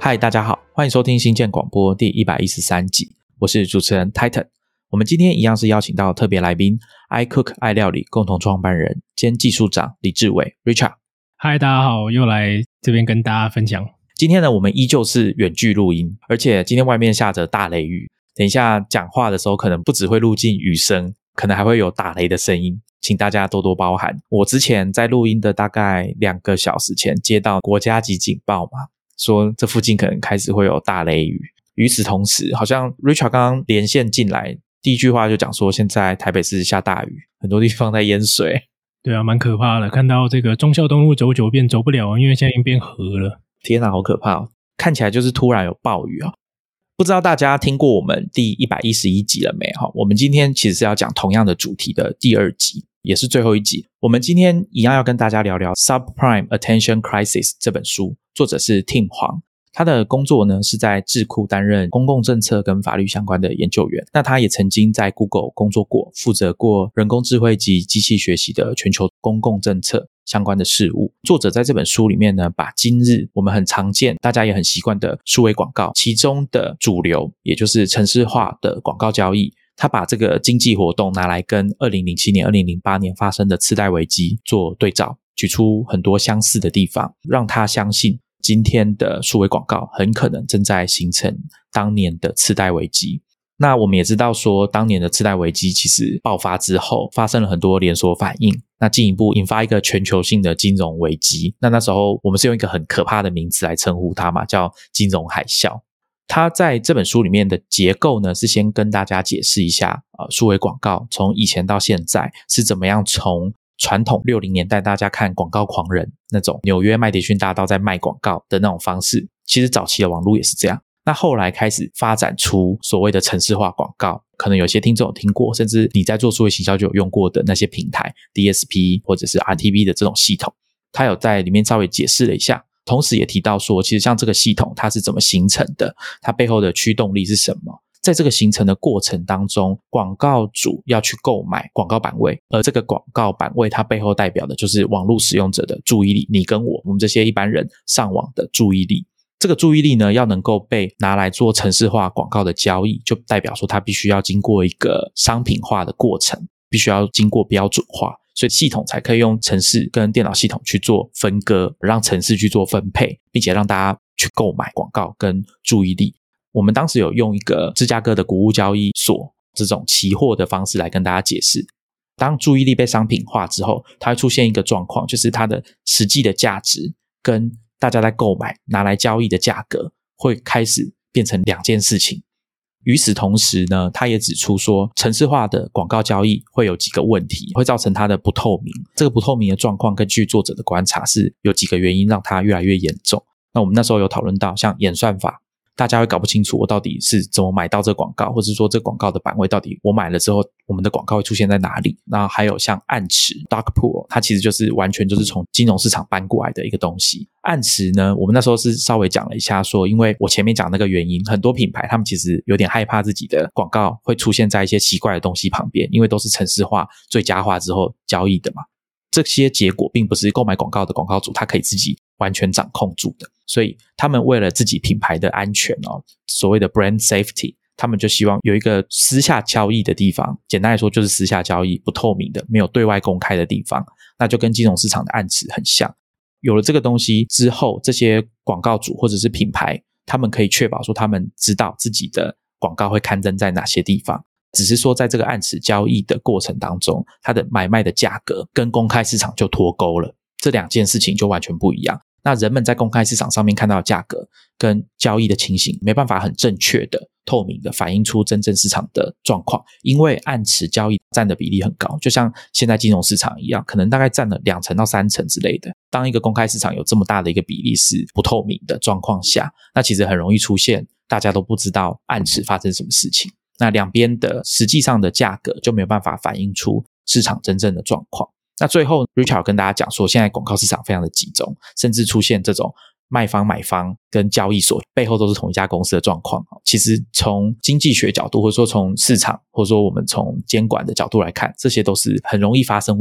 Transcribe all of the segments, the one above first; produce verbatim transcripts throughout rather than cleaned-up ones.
嗨，大家好，欢迎收听新建广播第一百一十三集，我是主持人 Titan。我们今天一样是邀请到特别来宾 iCook 爱料理共同创办人兼技术长李志伟 Richard。 嗨，大家好，又来这边跟大家分享。 今天呢，我们依旧是远距录音，而且今天外面下着大雷雨，等一下讲话的时候可能不只会录进雨声，可能还会有打雷的声音，请大家多多包涵。我之前在录音的大概两个小时前接到国家级警报嘛，说这附近可能开始会有大雷雨。与此同时，好像 Richard 刚刚连线进来，第一句话就讲说现在台北市下大雨，很多地方在淹水。 对啊，蛮可怕的，看到这个忠孝东路走九遍走不了，因为现在已经变河了。 天啊，好可怕哦！看起来就是突然有暴雨啊。不知道大家听过我们第一百一十一集了没？我们今天其实是要讲同样的主题的第二集，也是最后一集。我们今天一样要跟大家聊聊 Subprime Attention Crisis 这本书，作者是 Tim Huang。他的工作呢是在智库担任公共政策跟法律相关的研究员，那他也曾经在 Google 工作过，负责过人工智慧及机器学习的全球公共政策相关的事务。作者在这本书里面呢，把今日我们很常见大家也很习惯的数位广告其中的主流，也就是程式化的广告交易，他把这个经济活动拿来跟二零零七年二零零八年发生的次贷危机做对照，举出很多相似的地方，让他相信今天的数位广告很可能正在形成当年的次贷危机。那我们也知道说，当年的次贷危机其实爆发之后发生了很多连锁反应，那进一步引发一个全球性的金融危机。那那时候我们是用一个很可怕的名词来称呼它嘛，叫金融海啸。他在这本书里面的结构呢，是先跟大家解释一下呃，数位广告从以前到现在是怎么样从传统六零年代大家看广告狂人那种纽约麦迪逊大道在卖广告的那种方式，其实早期的网络也是这样。那后来开始发展出所谓的程式化广告，可能有些听众有听过，甚至你在做数位行销就有用过的那些平台 D S P 或者是 R T V 的这种系统，他有在里面稍微解释了一下，同时也提到说其实像这个系统它是怎么形成的，它背后的驱动力是什么，在这个形成的过程当中，广告主要去购买广告版位，而这个广告版位它背后代表的就是网络使用者的注意力，你跟我我们这些一般人上网的注意力。这个注意力呢要能够被拿来做程式化广告的交易，就代表说它必须要经过一个商品化的过程，必须要经过标准化，所以系统才可以用程式跟电脑系统去做分割，让程式去做分配，并且让大家去购买广告跟注意力。我们当时有用一个芝加哥的谷物交易所这种期货的方式来跟大家解释，当注意力被商品化之后，它会出现一个状况，就是它的实际的价值跟大家在购买拿来交易的价格会开始变成两件事情。与此同时呢，他也指出说程式化的广告交易会有几个问题，会造成它的不透明。这个不透明的状况根据作者的观察是有几个原因让它越来越严重。那我们那时候有讨论到像演算法，大家会搞不清楚我到底是怎么买到这个广告，或者说这个广告的版位到底我买了之后我们的广告会出现在哪里。那还有像暗池 Dark Pool， 它其实就是完全就是从金融市场搬过来的一个东西。暗池呢，我们那时候是稍微讲了一下说，因为我前面讲那个原因，很多品牌他们其实有点害怕自己的广告会出现在一些奇怪的东西旁边，因为都是程式化最佳化之后交易的嘛。这些结果并不是购买广告的广告主他可以自己完全掌控住的，所以他们为了自己品牌的安全哦，所谓的 brand safety， 他们就希望有一个私下交易的地方，简单来说就是私下交易，不透明的，没有对外公开的地方，那就跟金融市场的暗池很像。有了这个东西之后，这些广告主或者是品牌，他们可以确保说他们知道自己的广告会刊登在哪些地方，只是说在这个暗池交易的过程当中，它的买卖的价格跟公开市场就脱钩了，这两件事情就完全不一样。那人们在公开市场上面看到的价格跟交易的情形没办法很正确的透明的反映出真正市场的状况，因为暗池交易占的比例很高，就像现在金融市场一样，可能大概占了两成到三成之类的。当一个公开市场有这么大的一个比例是不透明的状况下，那其实很容易出现大家都不知道暗池发生什么事情，那两边的实际上的价格就没有办法反映出市场真正的状况。那最后 Richard 跟大家讲说，现在广告市场非常的集中，甚至出现这种卖方买方跟交易所背后都是同一家公司的状况。其实从经济学角度，或者说从市场，或者说我们从监管的角度来看，这些都是很容易发生问题。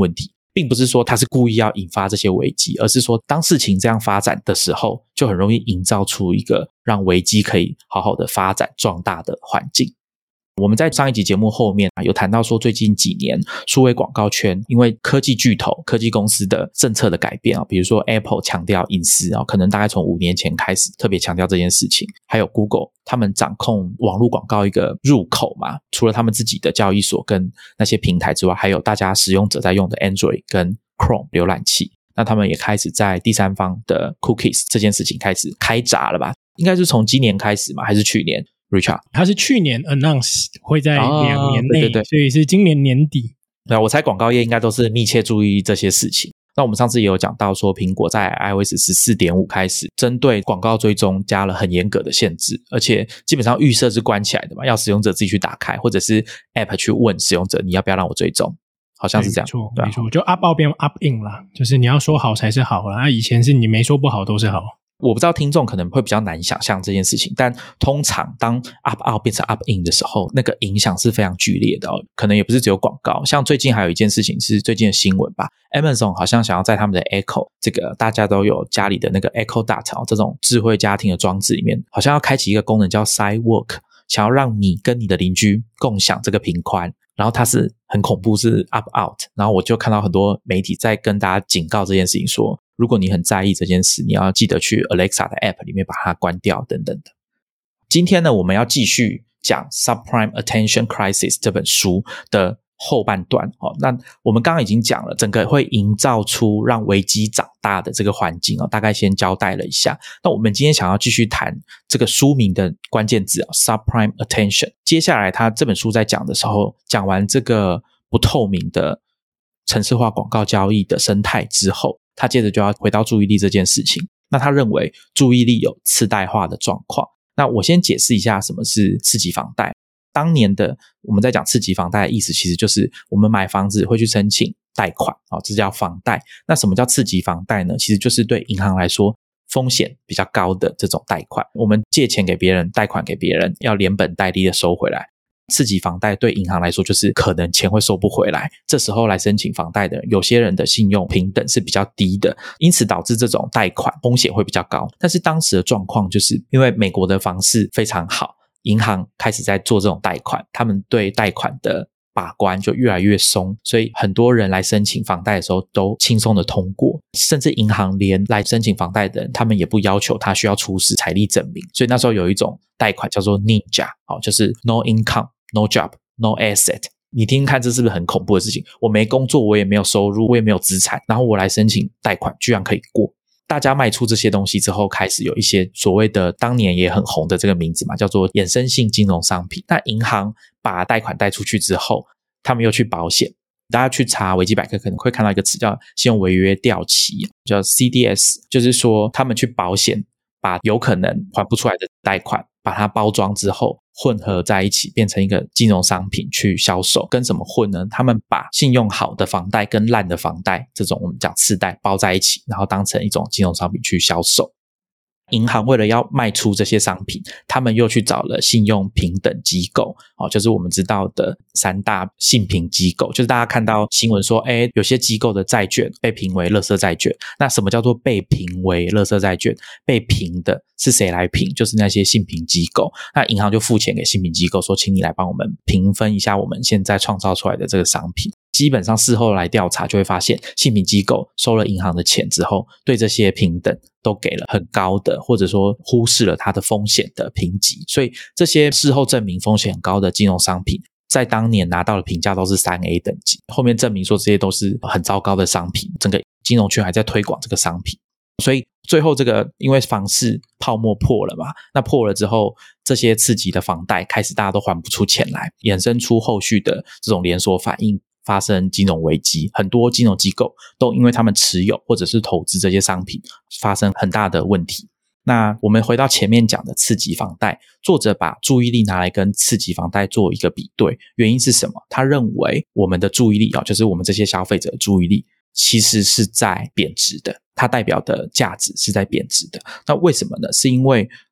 并不是说他是故意要引发这些危机，而是说当事情这样发展的时候，就很容易营造出一个让危机可以好好的发展壮大的环境。我们在上一集节目后面、啊、有谈到说，最近几年数位广告圈因为科技巨头科技公司的政策的改变、啊、比如说 Apple 强调隐私、啊、可能大概从五年前开始特别强调这件事情，还有 Google 他们掌控网络广告一个入口嘛，除了他们自己的交易所跟那些平台之外，还有大家使用者在用的 Android 跟 Chrome 浏览器，那他们也开始在第三方的 cookies 这件事情开始开闸了吧，应该是从今年开始嘛，还是去年Richard？ 他是去年 announce 会在两年内、哦、 对对对， 所以是今年年底。 对，我猜广告业应该都是密切注意这些事情。那我们上次也有讲到说，苹果在 iOS 十四点五 开始针对广告追踪加了很严格的限制，而且基本上预设是关起来的嘛，要使用者自己去打开，或者是 App 去问使用者你要不要让我追踪，好像是这样。 没错、 对啊、 没错，就 up out 变 up in 啦，就是你要说好才是好啦，啊、以前是你没说不好都是好。 我不知道听众可能会比较难想象这件事情，但通常当 up out 变成 up in 的时候，那个影响是非常剧烈的哦。可能也不是只有广告，像最近还有一件事情是最近的新闻吧， Amazon 好像想要在他们的 Echo 这个大家都有家里的那个 Echo Dot、哦、这种智慧家庭的装置里面，好像要开启一个功能叫 Sidewalk， 想要让你跟你的邻居共享这个频宽，然后它是很恐怖，是 up out， 然后我就看到很多媒体在跟大家警告这件事情，说如果你很在意这件事，你要记得去 Alexa 的 App 里面把它关掉等等的。今天呢，我们要继续讲 Subprime Attention Crisis 这本书的后半段、哦、那我们刚刚已经讲了整个会营造出让危机长大的这个环境、哦、大概先交代了一下。那我们今天想要继续谈这个书名的关键字、哦、Subprime Attention。接下来他这本书在讲的时候，讲完这个不透明的程式化广告交易的生态之后，他接着就要回到注意力这件事情。那他认为注意力有次贷化的状况。那我先解释一下什么是次级房贷。当年的我们在讲次级房贷的意思，其实就是我们买房子会去申请贷款、哦、这叫房贷。那什么叫次级房贷呢？其实就是对银行来说风险比较高的这种贷款，我们借钱给别人，贷款给别人，要连本带利的收回来。次级房贷对银行来说就是可能钱会收不回来，这时候来申请房贷的人，有些人的信用评等是比较低的，因此导致这种贷款风险会比较高。但是当时的状况就是因为美国的房市非常好，银行开始在做这种贷款，他们对贷款的把关就越来越松，所以很多人来申请房贷的时候都轻松的通过，甚至银行连来申请房贷的人，他们也不要求他需要出示财力证明。所以那时候有一种贷款叫做 N I N J A、哦、就是 No Income No Job No Asset。 你听听看，这是不是很恐怖的事情？我没工作，我也没有收入，我也没有资产，然后我来申请贷款居然可以过。大家卖出这些东西之后，开始有一些所谓的当年也很红的这个名字嘛，叫做衍生性金融商品。那银行把贷款贷出去之后，他们又去保险。大家去查维基百科可能会看到一个词叫信用违约掉期，叫 C D S， 就是说他们去保险，把有可能还不出来的贷款把它包装之后混合在一起，变成一个金融商品去销售。跟什么混呢？他们把信用好的房贷跟烂的房贷，这种我们讲次贷包在一起，然后当成一种金融商品去销售。银行为了要卖出这些商品，他们又去找了信用评等机构、哦、就是我们知道的三大信评机构。就是大家看到新闻说，诶，有些机构的债券被评为垃圾债券。那什么叫做被评为垃圾债券？被评的是谁来评？就是那些信评机构。那银行就付钱给信评机构，说请你来帮我们评分一下我们现在创造出来的这个商品。基本上事后来调查就会发现，信评机构收了银行的钱之后，对这些评等都给了很高的，或者说忽视了它的风险的评级。所以这些事后证明风险很高的金融商品，在当年拿到的评价都是 三 A 等级，后面证明说这些都是很糟糕的商品，整个金融圈还在推广这个商品。所以最后这个因为房市泡沫破了嘛，那破了之后，这些次级的房贷开始大家都还不出钱来，衍生出后续的这种连锁反应，发生金融危机。很多金融机构都因为他们持有或者是投资这些商品发生很大的问题。那我们回到前面讲的次级房贷，作者把注意力拿来跟次级房贷做一个比对，原因是什么？他认为我们的注意力、哦、就是我们这些消费者的注意力其实是在贬值的，它代表的价值是在贬值的。那为什么呢？是因为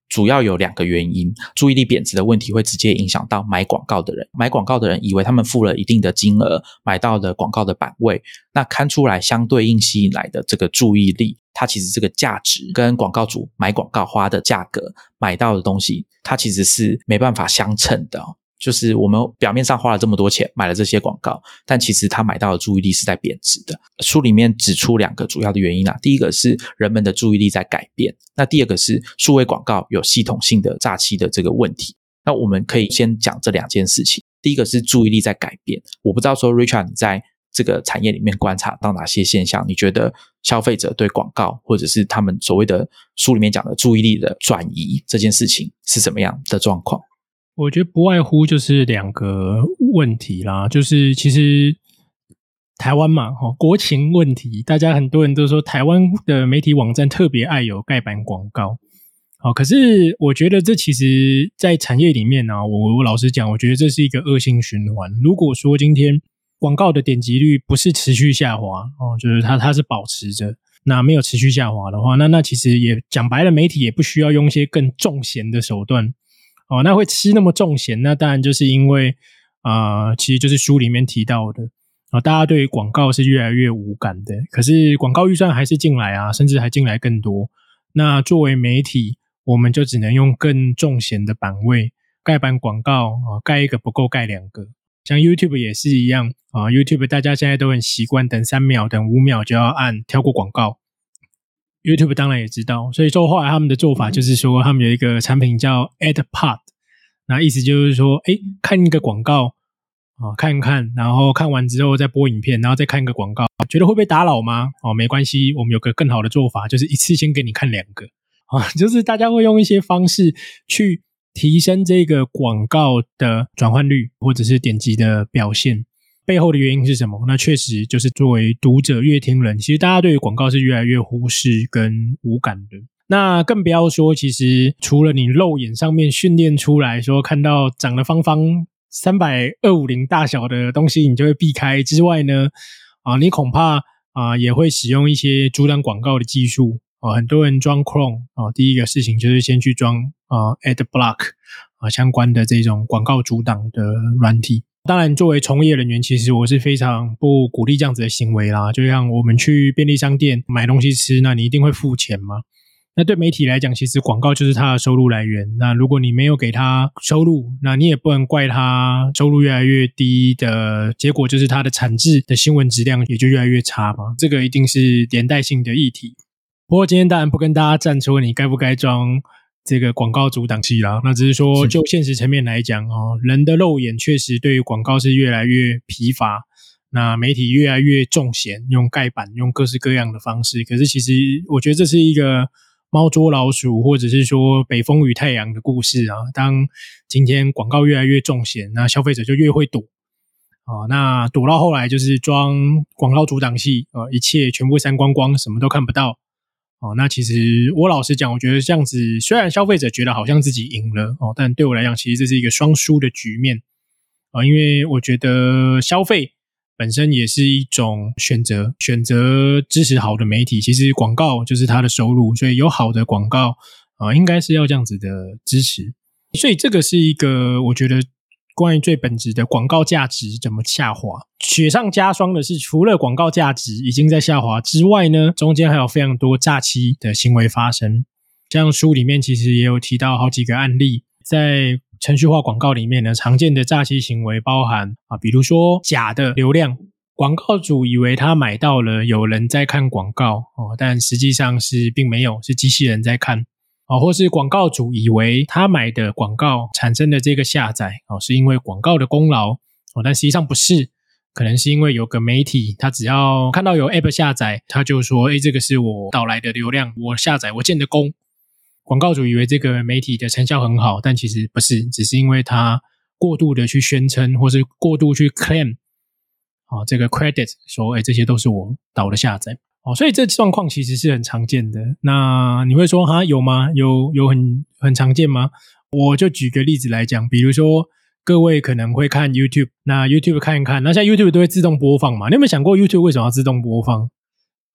主要有两个原因，注意力贬值的问题会直接影响到买广告的人。买广告的人以为他们付了一定的金额，买到了广告的版位，那看出来相对应吸引来的这个注意力，它其实这个价值跟广告主买广告花的价格买到的东西，它其实是没办法相称的哦。就是我们表面上花了这么多钱买了这些广告，但其实他买到的注意力是在贬值的。书里面指出两个主要的原因啊，第一个是人们的注意力在改变，那第二个是数位广告有系统性的诈欺的这个问题。那我们可以先讲这两件事情。第一个是注意力在改变，我不知道说 Richard 你在这个产业里面观察到哪些现象，你觉得消费者对广告或者是他们所谓的书里面讲的注意力的转移这件事情是什么样的状况？ 我觉得不外乎就是两个问题啦，就是其实台湾嘛，国情问题，大家很多人都说台湾的媒体网站特别爱有盖版广告。好，可是我觉得这其实在产业里面啊，我我老实讲，我觉得这是一个恶性循环。如果说今天广告的点击率不是持续下滑哦，就是它它是保持着，那没有持续下滑的话，那那其实也讲白了，媒体也不需要用一些更重咸的手段。哦，那会吃那么重咸，那当然就是因为啊、呃，其实就是书里面提到的啊、呃，大家对广告是越来越无感的，可是广告预算还是进来啊，甚至还进来更多。那作为媒体，我们就只能用更重咸的版位盖版广告啊、呃，盖一个不够盖两个。像 YouTube 也是一样啊、呃、，YouTube 大家现在都很习惯等三秒、等五秒就要按跳过广告。YouTube 当然也知道，所以说后来他们的做法就是说，他们有一个产品叫 AdPod， 那意思就是说，诶，看一个广告啊，看一看，然后看完之后再播影片，然后再看一个广告，觉得会被打扰吗？哦，没关系，我们有个更好的做法，就是一次先给你看两个啊，就是大家会用一些方式去提升这个广告的转换率或者是点击的表现。背后的原因是什么？那确实就是作为读者乐听人，其实大家对于广告是越来越忽视跟无感的。那更不要说，其实除了你肉眼上面训练出来说看到长得方方三百二五零大小的东西你就会避开之外呢，啊，你恐怕啊也会使用一些阻挡广告的技术啊。很多人装 Chrome 啊，第一个事情就是先去装啊 AdBlock 啊相关的这种广告阻挡的软体。当然作为从业人员，其实我是非常不鼓励这样子的行为啦，就像我们去便利商店买东西吃，那你一定会付钱嘛。那对媒体来讲，其实广告就是它的收入来源，那如果你没有给它收入，那你也不能怪它收入越来越低的结果，就是它的产制的新闻质量也就越来越差嘛，这个一定是连带性的议题。不过今天当然不跟大家站出你该不该装这个广告阻挡器啦，那只是说就现实层面来讲哦，人的肉眼确实对于广告是越来越疲乏，那媒体越来越重咸，用盖板用各式各样的方式，可是其实我觉得这是一个猫捉老鼠或者是说北风与太阳的故事啊。当今天广告越来越重咸，那消费者就越会躲啊，那躲到后来就是装广告阻挡器啊，一切全部删光光，什么都看不到。哦，那其实我老实讲，我觉得这样子虽然消费者觉得好像自己赢了哦，但对我来讲其实这是一个双输的局面啊，因为我觉得消费本身也是一种选择，选择支持好的媒体，其实广告就是它的收入，所以有好的广告啊，应该是要这样子的支持。所以这个是一个我觉得关于最本质的广告价值怎么下滑。雪上加霜的是，除了广告价值已经在下滑之外呢，中间还有非常多诈欺的行为发生。像书里面其实也有提到好几个案例，在程序化广告里面呢，常见的诈欺行为包含啊，比如说假的流量，广告主以为他买到了有人在看广告哦，但实际上是并没有，是机器人在看。哦，或是广告主以为他买的广告产生的这个下载哦，是因为广告的功劳哦，但实际上不是，可能是因为有个媒体，他只要看到有 App 下载，他就说，诶，这个是我导来的流量，我下载我建的功。广告主以为这个媒体的成效很好，但其实不是，只是因为他过度的去宣称，或是过度去 claim 哦，这个 credit 说，诶，这些都是我导的下载。哦，所以这状况其实是很常见的。那你会说哈有吗？有有很很常见吗？我就举个例子来讲，比如说各位可能会看 YouTube， 那 YouTube 看一看，那现在 YouTube 都会自动播放嘛？你有没有想过 YouTube 为什么要自动播放？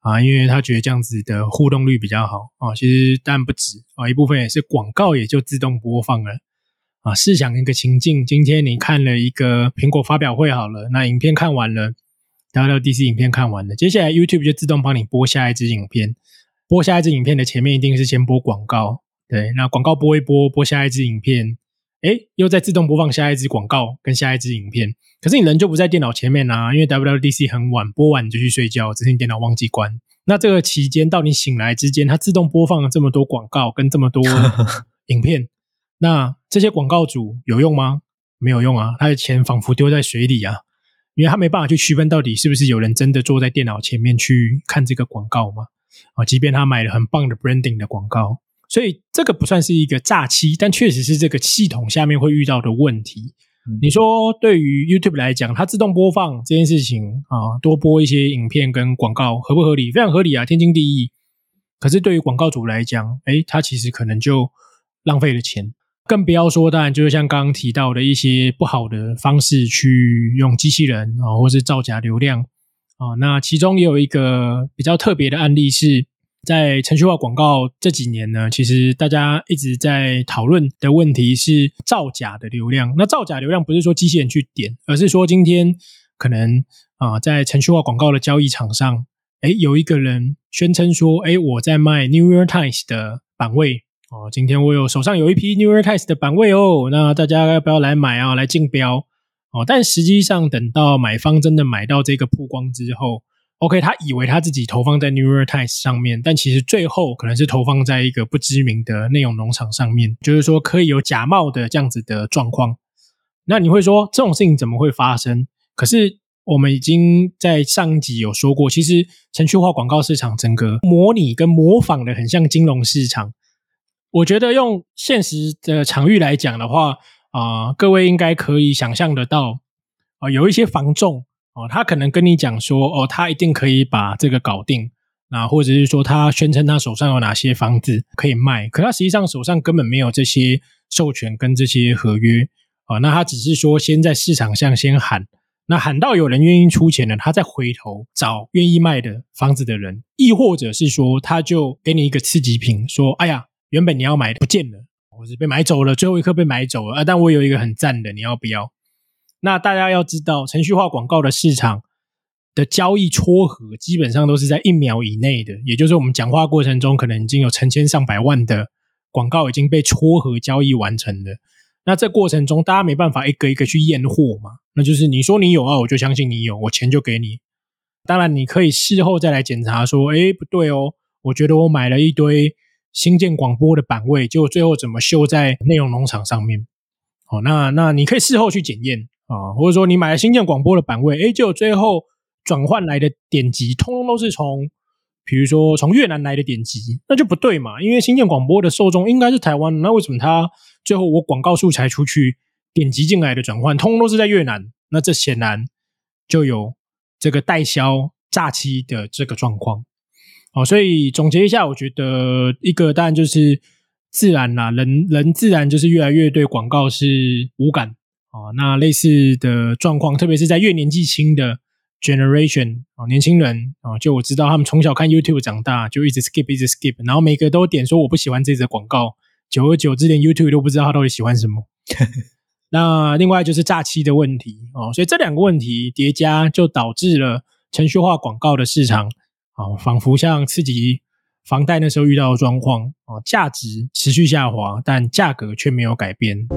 啊，因为他觉得这样子的互动率比较好啊。其实当然不止啊，一部分也是广告也就自动播放了啊。试想一个情境，今天你看了一个苹果发表会好了，那影片看完了 ，W W D C 影片看完了，接下来 YouTube 就自动帮你播下一支影片，播下一支影片的前面一定是先播广告，对，那广告播一播，播下一支影片，诶，又再自动播放下一支广告跟下一支影片。可是你人就不在电脑前面啊，因为 W W D C 很晚，播完你就去睡觉，只是你电脑忘记关。那这个期间到你醒来之间，它自动播放了这么多广告跟这么多影片，那这些广告主有用吗？没有用啊，他的钱仿佛丢在水里啊，因为他没办法去区分到底是不是有人真的坐在电脑前面去看这个广告嘛。啊，即便他买了很棒的 branding 的广告，所以这个不算是一个诈欺，但确实是这个系统下面会遇到的问题。你说对于 YouTube 来讲，它自动播放这件事情啊，多播一些影片跟广告合不合理？非常合理啊，天经地义。可是对于广告主来讲，诶，他其实可能就浪费了钱。更不要说，当然就是像刚刚提到的一些不好的方式去用机器人啊，或是造假流量啊。那其中也有一个比较特别的案例是，在程序化广告这几年呢，其实大家一直在讨论的问题是造假的流量。那造假流量不是说机器人去点，而是说今天可能啊、呃，在程序化广告的交易场上，诶，有一个人宣称说，诶，我在卖 New York Times 的版位哦，今天我有手上有一批 New York Times 的版位哦，那大家要不要来买啊？来竞标哦。但实际上等到买方真的买到这个曝光之后，OK， 他以为他自己投放在 New York Times 上面，但其实最后可能是投放在一个不知名的内容农场上面，就是说可以有假冒的这样子的状况。那你会说这种事情怎么会发生？可是我们已经在上一集有说过，其实程序化广告市场整个模拟跟模仿的很像金融市场。我觉得用现实的场域来讲的话，啊、呃，各位应该可以想象得到，啊、呃，有一些房仲。哦，他可能跟你讲说，哦，他一定可以把这个搞定，那或者是说他宣称他手上有哪些房子可以卖，可他实际上手上根本没有这些授权跟这些合约啊、哦，那他只是说先在市场上先喊，那喊到有人愿意出钱了，他再回头找愿意卖的房子的人，亦或者是说他就给你一个次级品，说，哎呀，原本你要买的不见了，或是被买走了，最后一刻被买走了啊，但我有一个很赞的，你要不要？那大家要知道，程序化广告的市场的交易撮合基本上都是在一秒以内的，也就是我们讲话过程中可能已经有成千上百万的广告已经被撮合交易完成了。那这过程中大家没办法一个一个去验货嘛，那就是你说你有啊，我就相信你有，我钱就给你。当然你可以事后再来检查说，诶，不对哦，我觉得我买了一堆新建广播的版位，结果最后怎么秀在内容农场上面。哦，那那你可以事后去检验啊，或者说你买了新建广播的版位，诶，结果最后转换来的点击通通都是从比如说从越南来的点击，那就不对嘛，因为新建广播的受众应该是台湾，那为什么他最后我广告素材出去点击进来的转换通通都是在越南？那这显然就有这个代销诈欺的这个状况。好，所以总结一下，我觉得一个当然就是自然啦，人人自然就是越来越对广告是无感啊。那类似的状况，特别是在越年纪轻的 generation 啊，年轻人啊，就我知道他们从小看 YouTube 长大，就一直 skip 一直 skip， 然后每个都点说我不喜欢这则广告，久而久之连 YouTube 都不知道他到底喜欢什么。那另外就是诈欺的问题哦，所以这两个问题叠加，就导致了程序化广告的市场啊，仿佛像刺激房贷那时候遇到的状况啊，价值持续下滑，但价格却没有改变。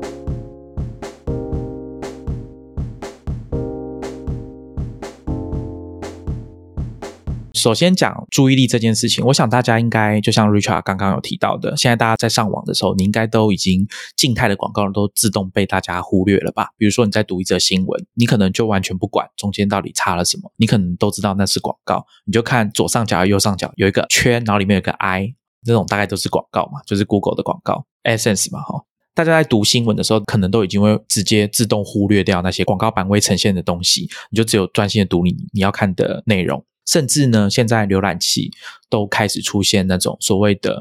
首先讲注意力这件事情，我想大家应该就像 Richard 刚刚有提到的，现在大家在上网的时候，你应该都已经静态的广告都自动被大家忽略了吧？比如说你在读一则新闻，你可能就完全不管中间到底插了什么，你可能都知道那是广告，你就看左上角右上角有一个圈，然后里面有个 I， 这种大概都是广告嘛，就是 Google 的广告 AdSense 嘛齁。大家在读新闻的时候可能都已经会直接自动忽略掉那些广告版位呈现的东西，你就只有专心的读你你要看的内容。甚至呢，现在浏览器都开始出现那种所谓的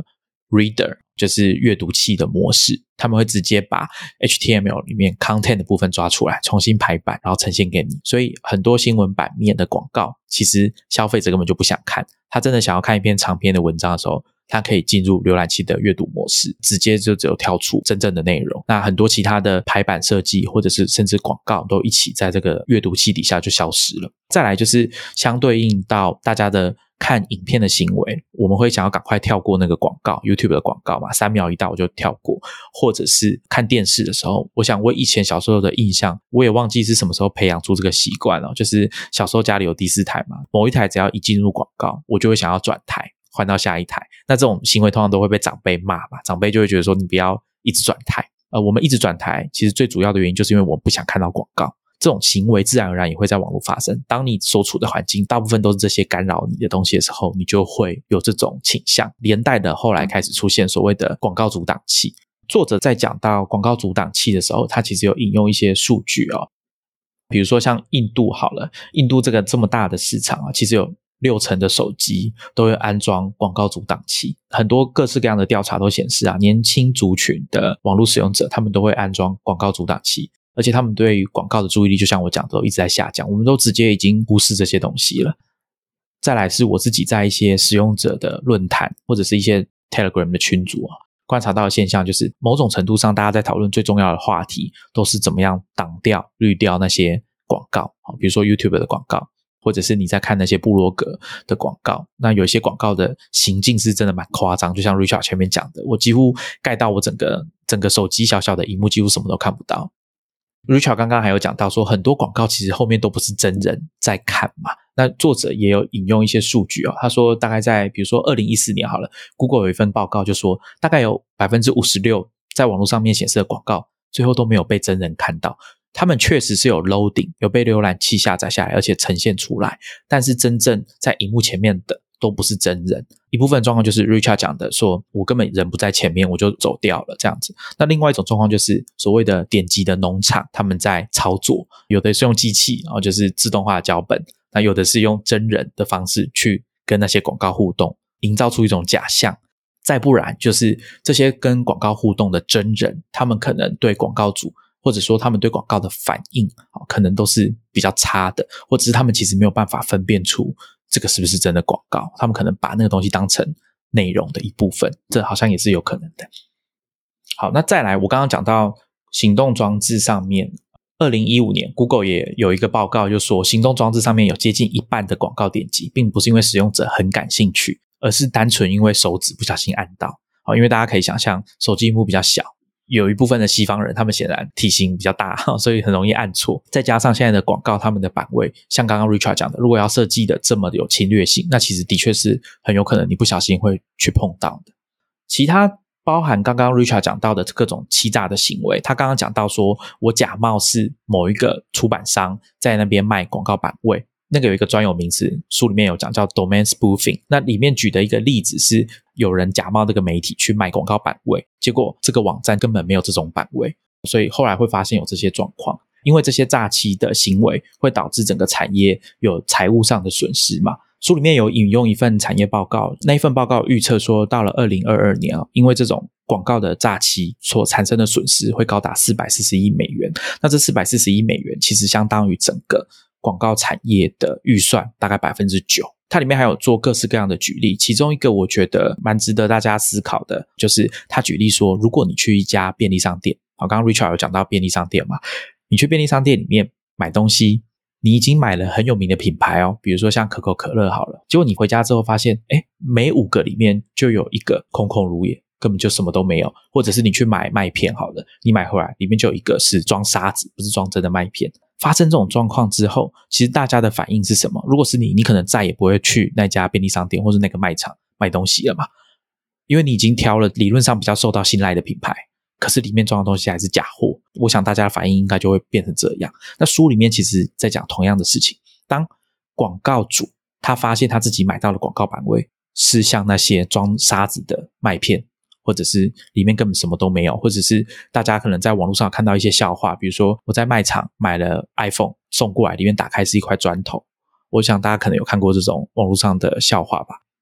reader， 就是阅读器的模式，他们会直接把 H T M L 里面 content 的部分抓出来，重新排版，然后呈现给你。所以很多新闻版面的广告，其实消费者根本就不想看，他真的想要看一篇长篇的文章的时候，他可以进入浏览器的阅读模式，直接就只有跳出真正的内容。那很多其他的排版设计或者是甚至广告都一起在这个阅读器底下就消失了。再来就是相对应到大家的看影片的行为，我们会想要赶快跳过那个广告 YouTube 的广告嘛，三秒一到我就跳过。或者是看电视的时候，我想我以前小时候的印象，我也忘记是什么时候培养出这个习惯了，就是小时候家里有第四台嘛，某一台只要一进入广告，我就会想要转台换到下一台。那这种行为通常都会被长辈骂嘛，长辈就会觉得说你不要一直转台。呃，我们一直转台其实最主要的原因就是因为我们不想看到广告，这种行为自然而然也会在网络发生。当你所处的环境大部分都是这些干扰你的东西的时候，你就会有这种倾向，连带的后来开始出现所谓的广告阻挡器。作者在讲到广告阻挡器的时候，他其实有引用一些数据哦，比如说像印度好了，印度这个这么大的市场啊，其实有六成的手机都会安装广告阻挡器。很多各式各样的调查都显示啊，年轻族群的网络使用者他们都会安装广告阻挡器，而且他们对于广告的注意力就像我讲的都一直在下降，我们都直接已经忽视这些东西了。再来是我自己在一些使用者的论坛或者是一些 Telegram 的群组啊，观察到的现象就是某种程度上大家在讨论最重要的话题都是怎么样挡掉滤掉那些广告，比如说 YouTube 的广告，或者是你在看那些部落格的广告。那有一些广告的行径是真的蛮夸张，就像 Richard 前面讲的，我几乎盖到我整个整个手机小小的萤幕几乎什么都看不到。Richard 刚刚还有讲到说很多广告其实后面都不是真人在看嘛，那作者也有引用一些数据哦，他说大概在比如说二零一四年好了， Google 有一份报告就说大概有 百分之五十六 在网络上面显示的广告最后都没有被真人看到。他们确实是有 loading 有被浏览器下载下来而且呈现出来，但是真正在萤幕前面的都不是真人。一部分状况就是 Richard 讲的说我根本人不在前面我就走掉了这样子。那另外一种状况就是所谓的点击的农场，他们在操作，有的是用机器然后就是自动化的脚本，那有的是用真人的方式去跟那些广告互动，营造出一种假象。再不然就是这些跟广告互动的真人，他们可能对广告主或者说他们对广告的反应可能都是比较差的，或者是他们其实没有办法分辨出这个是不是真的广告，他们可能把那个东西当成内容的一部分，这好像也是有可能的。好，那再来我刚刚讲到行动装置上面，二零一五年 Google 也有一个报告就说行动装置上面有接近一半的广告点击并不是因为使用者很感兴趣，而是单纯因为手指不小心按到。好，因为大家可以想象手机屏幕比较小，有一部分的西方人他们显然体型比较大，所以很容易按错，再加上现在的广告他们的版位像刚刚 Richard 讲的，如果要设计的这么有侵略性，那其实的确是很有可能你不小心会去碰到的。其他包含刚刚 Richard 讲到的各种欺诈的行为，他刚刚讲到说我假冒是某一个出版商在那边卖广告版位，那个有一个专有名词，书里面有讲叫 domain spoofing。 那里面举的一个例子是有人假冒这个媒体去卖广告版位，结果这个网站根本没有这种版位，所以后来会发现有这些状况。因为这些诈欺的行为会导致整个产业有财务上的损失嘛。书里面有引用一份产业报告，那一份报告预测说到了二零二二年啊，因为这种广告的诈欺所产生的损失会高达四百四十亿美元。那这四百四十亿美元其实相当于整个广告产业的预算大概 百分之九。 它里面还有做各式各样的举例，其中一个我觉得蛮值得大家思考的，就是他举例说如果你去一家便利商店，好，刚刚 Richard 有讲到便利商店嘛，你去便利商店里面买东西，你已经买了很有名的品牌哦，比如说像可口可乐好了，结果你回家之后发现诶每五个里面就有一个空空如也，根本就什么都没有。或者是你去买麦片好了，你买回来里面就有一个是装沙子不是装真的麦片。发生这种状况之后，其实大家的反应是什么？如果是你，你可能再也不会去那家便利商店或是那个卖场买东西了嘛，因为你已经挑了理论上比较受到信赖的品牌，可是里面装的东西还是假货，我想大家的反应应该就会变成这样。那书里面其实在讲同样的事情，当广告主他发现他自己买到的广告版位是像那些装沙子的麦片，或者是里面根本什么都没有，或者是大家可能在网络上看到一些笑话，比如说我在卖场买了 iPhone 送过来，里面打开是一块砖头，我想大家可能有看过这种网络上的笑话吧。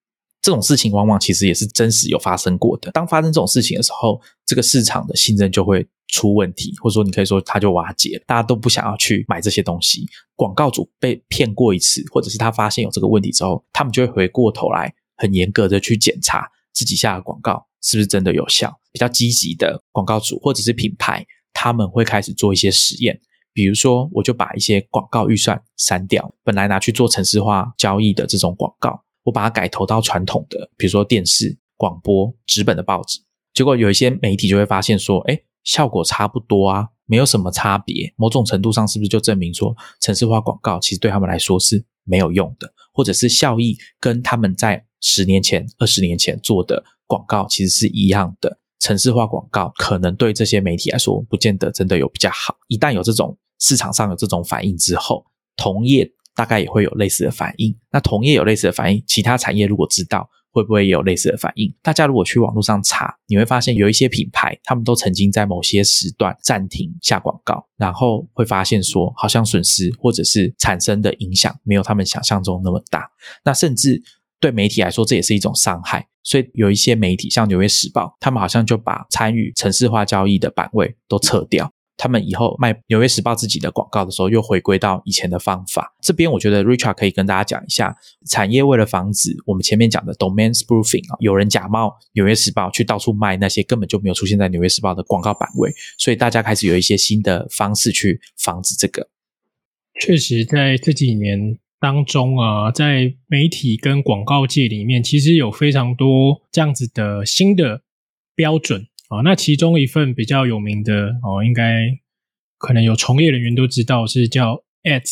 这种事情往往其实也是真实有发生过的。当发生这种事情的时候，这个市场的信任就会出问题，或者说你可以说它就瓦解，大家都不想要去买这些东西。广告主被骗过一次，或者是他发现有这个问题之后，他们就会回过头来很严格的去检查自己下的广告是不是真的有效。比较积极的广告主或者是品牌，他们会开始做一些实验，比如说我就把一些广告预算删掉，本来拿去做程式化交易的这种广告，我把它改投到传统的，比如说电视、广播、纸本的报纸。结果有一些媒体就会发现说，诶，效果差不多啊，没有什么差别。某种程度上是不是就证明说程式化广告其实对他们来说是没有用的，或者是效益跟他们在十年前、二十年前做的广告其实是一样的。程式化广告可能对这些媒体来说不见得真的有比较好。一旦有这种市场上有这种反应之后，同业大概也会有类似的反应。那同业有类似的反应，其他产业如果知道，会不会也有类似的反应？大家如果去网络上查，你会发现有一些品牌他们都曾经在某些时段暂停下广告，然后会发现说好像损失或者是产生的影响没有他们想象中那么大。那甚至对媒体来说这也是一种伤害，所以有一些媒体像纽约时报，他们好像就把参与程式化交易的版位都撤掉，他们以后卖纽约时报自己的广告的时候又回归到以前的方法。这边我觉得 Richard 可以跟大家讲一下，产业为了防止我们前面讲的 domain spoofing， 有人假冒纽约时报去到处卖那些根本就没有出现在纽约时报的广告版位，所以大家开始有一些新的方式去防止这个。 确实在这几年当中啊，在媒体跟广告界里面其实有非常多这样子的新的标准。哦，那其中一份比较有名的哦，应该可能有从业人员都知道，是叫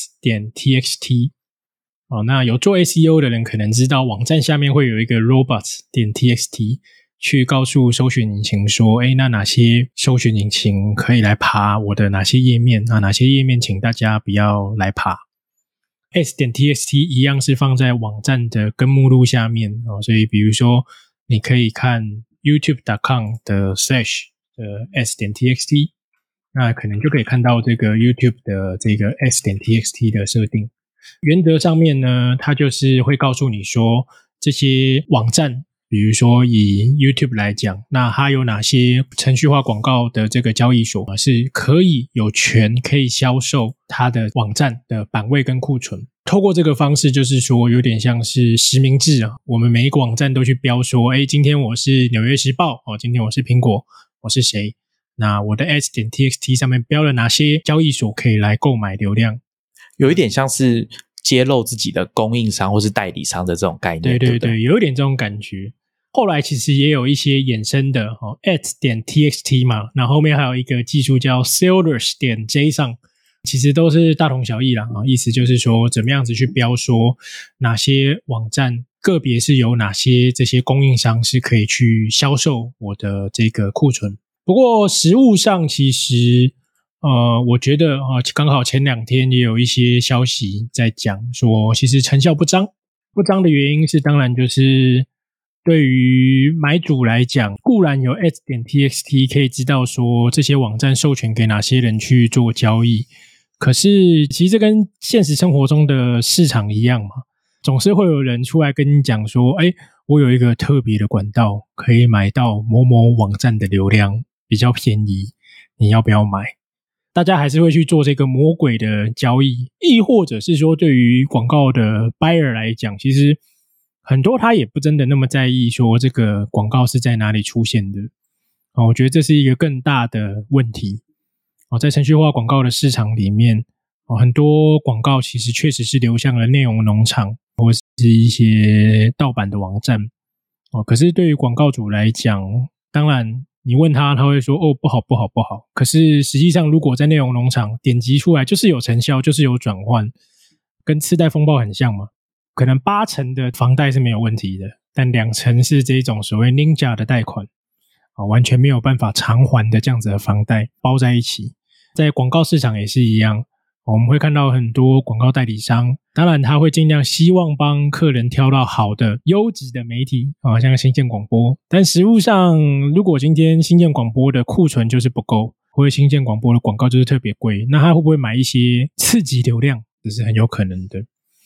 ads.txt。哦，那有做 S E O 的人可能知道，网站下面会有一个 robots.txt 去告诉搜寻引擎说，诶，那哪些搜寻引擎可以来爬我的哪些页面啊？哪些页面请大家不要来爬。ads.txt 一样是放在网站的根目录下面哦，所以比如说你可以看YouTube 点 com 的 slash 的 s.txt， 那可能就可以看到这个 YouTube 的这个 s.txt 的设定。原则上面呢，它就是会告诉你说，这些网站，比如说以 YouTube 来讲，那它有哪些程序化广告的这个交易所是可以有权可以销售它的网站的版位跟库存。透过这个方式，就是说有点像是实名制啊，我们每一个网站都去标说，诶，今天我是纽约时报哦，今天我是苹果，我是谁？那我的 ads.txt 上面标了哪些交易所可以来购买流量？ 有一点像是揭露自己的供应商或是代理商的这种概念。 对对对, 对, 对, 对，有一点这种感觉。后来其实也有一些衍生的哦 ads.txt 嘛，那后面还有一个技术叫 sellers.json， 其实都是大同小异啦，意思就是说怎么样子去标说哪些网站个别是有哪些这些供应商是可以去销售我的这个库存。不过实务上其实呃，我觉得啊，刚好前两天也有一些消息在讲说，其实成效不彰。不彰的原因是，当然就是对于买主来讲，固然有 ads.txt 可以知道说这些网站授权给哪些人去做交易，可是其实这跟现实生活中的市场一样嘛，总是会有人出来跟你讲说，诶，我有一个特别的管道可以买到某某网站的流量比较便宜，你要不要买？大家还是会去做这个魔鬼的交易，亦或者是说对于广告的 buyer 来讲，其实很多他也不真的那么在意说这个广告是在哪里出现的。哦，我觉得这是一个更大的问题。哦，在程序化广告的市场里面，哦，很多广告其实确实是流向了内容农场或是一些盗版的网站。哦，可是对于广告主来讲，当然你问他，他会说哦，不好不好不好。可是实际上如果在内容农场点击出来就是有成效，就是有转换，跟次贷风暴很像嘛。可能八成的房贷是没有问题的，但两成是这种所谓 Ninja 的贷款，哦，完全没有办法偿还的这样子的房贷包在一起。在广告市场也是一样，我们会看到很多广告代理商，当然他会尽量希望帮客人挑到好的优质的媒体，啊，像新建广播。但实务上，如果今天新建广播的库存就是不够，或者新建广播的广告就是特别贵，那他会不会买一些刺激流量？这是很有可能的。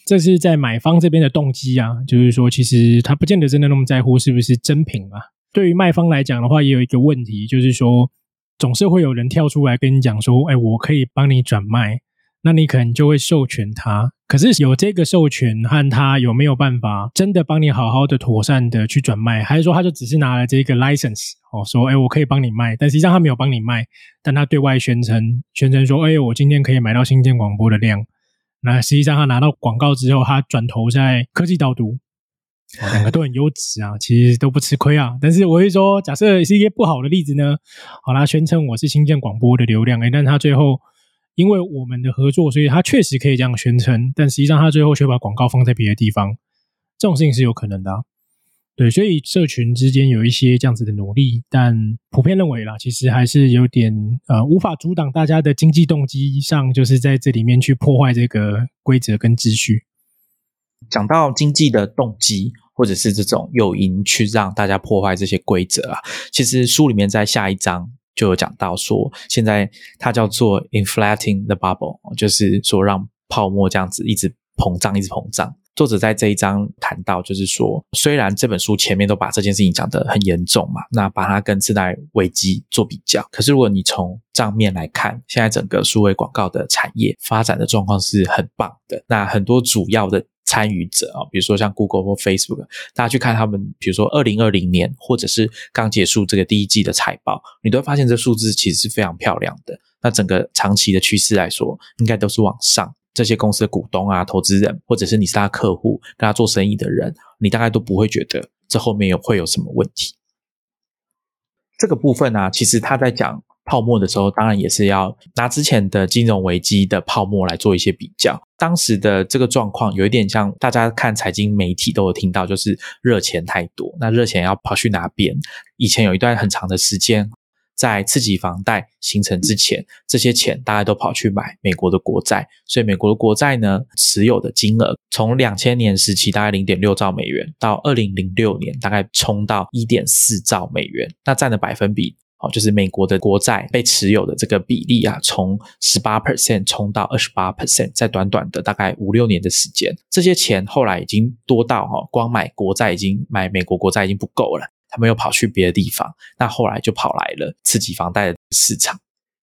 这是在买方这边的动机啊，就是说其实他不见得真的那么在乎是不是真品啊。对于卖方来讲的话，也有一个问题，就是说总是会有人跳出来跟你讲说，哎，我可以帮你转卖，那你可能就会授权他。可是有这个授权和他有没有办法真的帮你好好的妥善的去转卖，还是说他就只是拿了这个 license 哦，说哎我可以帮你卖，但实际上他没有帮你卖，但他对外宣称宣称说哎我今天可以买到新建广播的量，那实际上他拿到广告之后，他转投在科技导读，哦，两个都很优质啊，其实都不吃亏啊。但是我会说，假设是一些不好的例子呢，好啦，宣称我是新建广播的流量，诶，但他最后因为我们的合作，所以他确实可以这样宣称，但实际上他最后却把广告放在别的地方，这种事情是有可能的啊。对，所以社群之间有一些这样子的努力，但普遍认为啦，其实还是有点呃无法阻挡大家的经济动机上，就是在这里面去破坏这个规则跟秩序。 讲到经济的动机或者是这种诱因去让大家破坏这些规则啊，其实书里面在下一章就有讲到说，现在它叫做 inflating the bubble， 就是说让泡沫这样子一直膨胀一直膨胀。作者在这一章谈到，就是说虽然这本书前面都把这件事情讲得很严重嘛，那把它跟次贷危机做比较，可是如果你从账面来看，现在整个数位广告的产业发展的状况是很棒的。那很多主要的参与者啊，比如说像 Google 或 Facebook， 大家去看他们比如说二零二零年或者是刚结束这个第一季的财报，你都会发现这数字其实是非常漂亮的。那整个长期的趋势来说，应该都是往上。这些公司的股东啊、投资人，或者是你是他的客户，跟他做生意的人，你大概都不会觉得这后面有会有什么问题。这个部分啊，其实他在讲泡沫的时候，当然也是要拿之前的金融危机的泡沫来做一些比较。当时的这个状况有一点像大家看财经媒体都有听到，就是热钱太多，那热钱要跑去哪边？以前有一段很长的时间，在次级房贷形成之前，这些钱大家都跑去买美国的国债，所以美国的国债呢，持有的金额从两千年时期大概 零点六兆美元，到二零零六年大概冲到 一点四兆美元，那占的百分比哦，就是美国的国债被持有的这个比例啊，从 百分之十八 冲到 百分之二十八， 在短短的大概五六年的时间，这些钱后来已经多到哦，光买国债已经买美国国债已经不够了，他们又跑去别的地方，那后来就跑来了次级房贷的市场。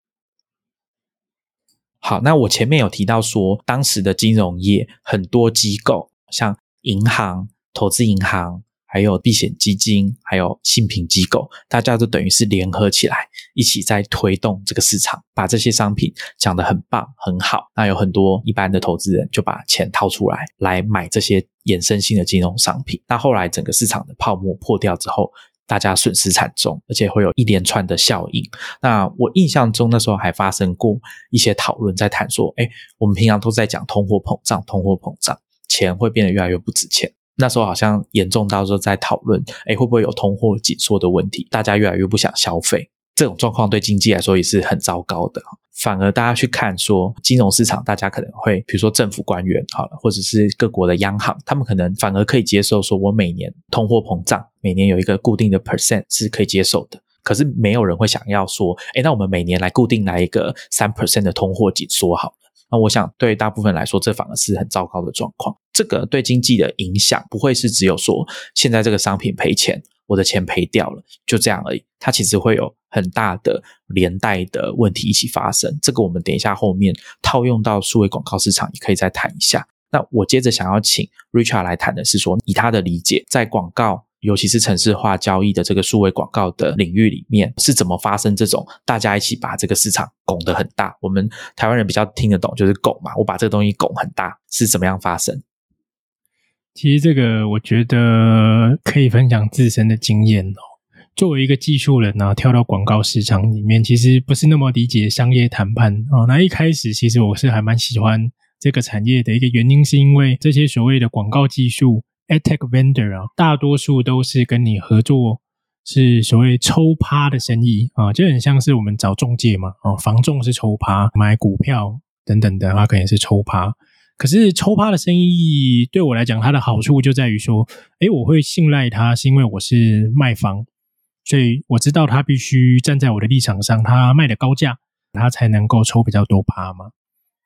好，那我前面有提到说，当时的金融业很多机构，像银行、投资银行，还有避险基金，还有信评机构，大家都等于是联合起来，一起在推动这个市场，把这些商品讲得很棒很好。那有很多一般的投资人就把钱掏出来，来买这些衍生性的金融商品。那后来整个市场的泡沫破掉之后，大家损失惨重，而且会有一连串的效应。那我印象中那时候还发生过一些讨论，在谈说，诶，我们平常都在讲通货膨胀，通货膨胀，钱会变得越来越不值钱。那时候好像严重到说在讨论，诶，会不会有通货紧缩的问题？大家越来越不想消费，这种状况对经济来说也是很糟糕的。反而大家去看说金融市场，大家可能会比如说政府官员好了，或者是各国的央行，他们可能反而可以接受说我每年通货膨胀每年有一个固定的 percent 是可以接受的。可是没有人会想要说，诶，那我们每年来固定来一个 百分之三 的通货紧缩好了。那我想对大部分来说，这反而是很糟糕的状况。这个对经济的影响不会是只有说现在这个商品赔钱，我的钱赔掉了，就这样而已。它其实会有很大的连带的问题一起发生。这个我们等一下后面套用到数位广告市场也可以再谈一下。那我接着想要请 Richard 来谈的是说，以他的理解，在广告尤其是程式化交易的这个数位广告的领域里面，是怎么发生这种大家一起把这个市场拱得很大？我们台湾人比较听得懂，就是拱嘛，我把这个东西拱很大，是怎么样发生？ 其实这个我觉得可以分享自身的经验哦。作为一个技术人啊，跳到广告市场里面，其实不是那么理解商业谈判哦。那一开始其实我是还蛮喜欢这个产业的一个原因，是因为这些所谓的广告技术 AdTech vendor 啊，大多数都是跟你合作，是所谓抽趴的生意啊，就很像是我们找中介嘛，哦，房仲是抽趴，买股票等等的，它可能是抽趴。可是抽趴的生意对我来讲，它的好处就在于说，诶，我会信赖它，是因为我是卖方，所以我知道他必须站在我的立场上，他卖的高价，他才能够抽比较多趴嘛。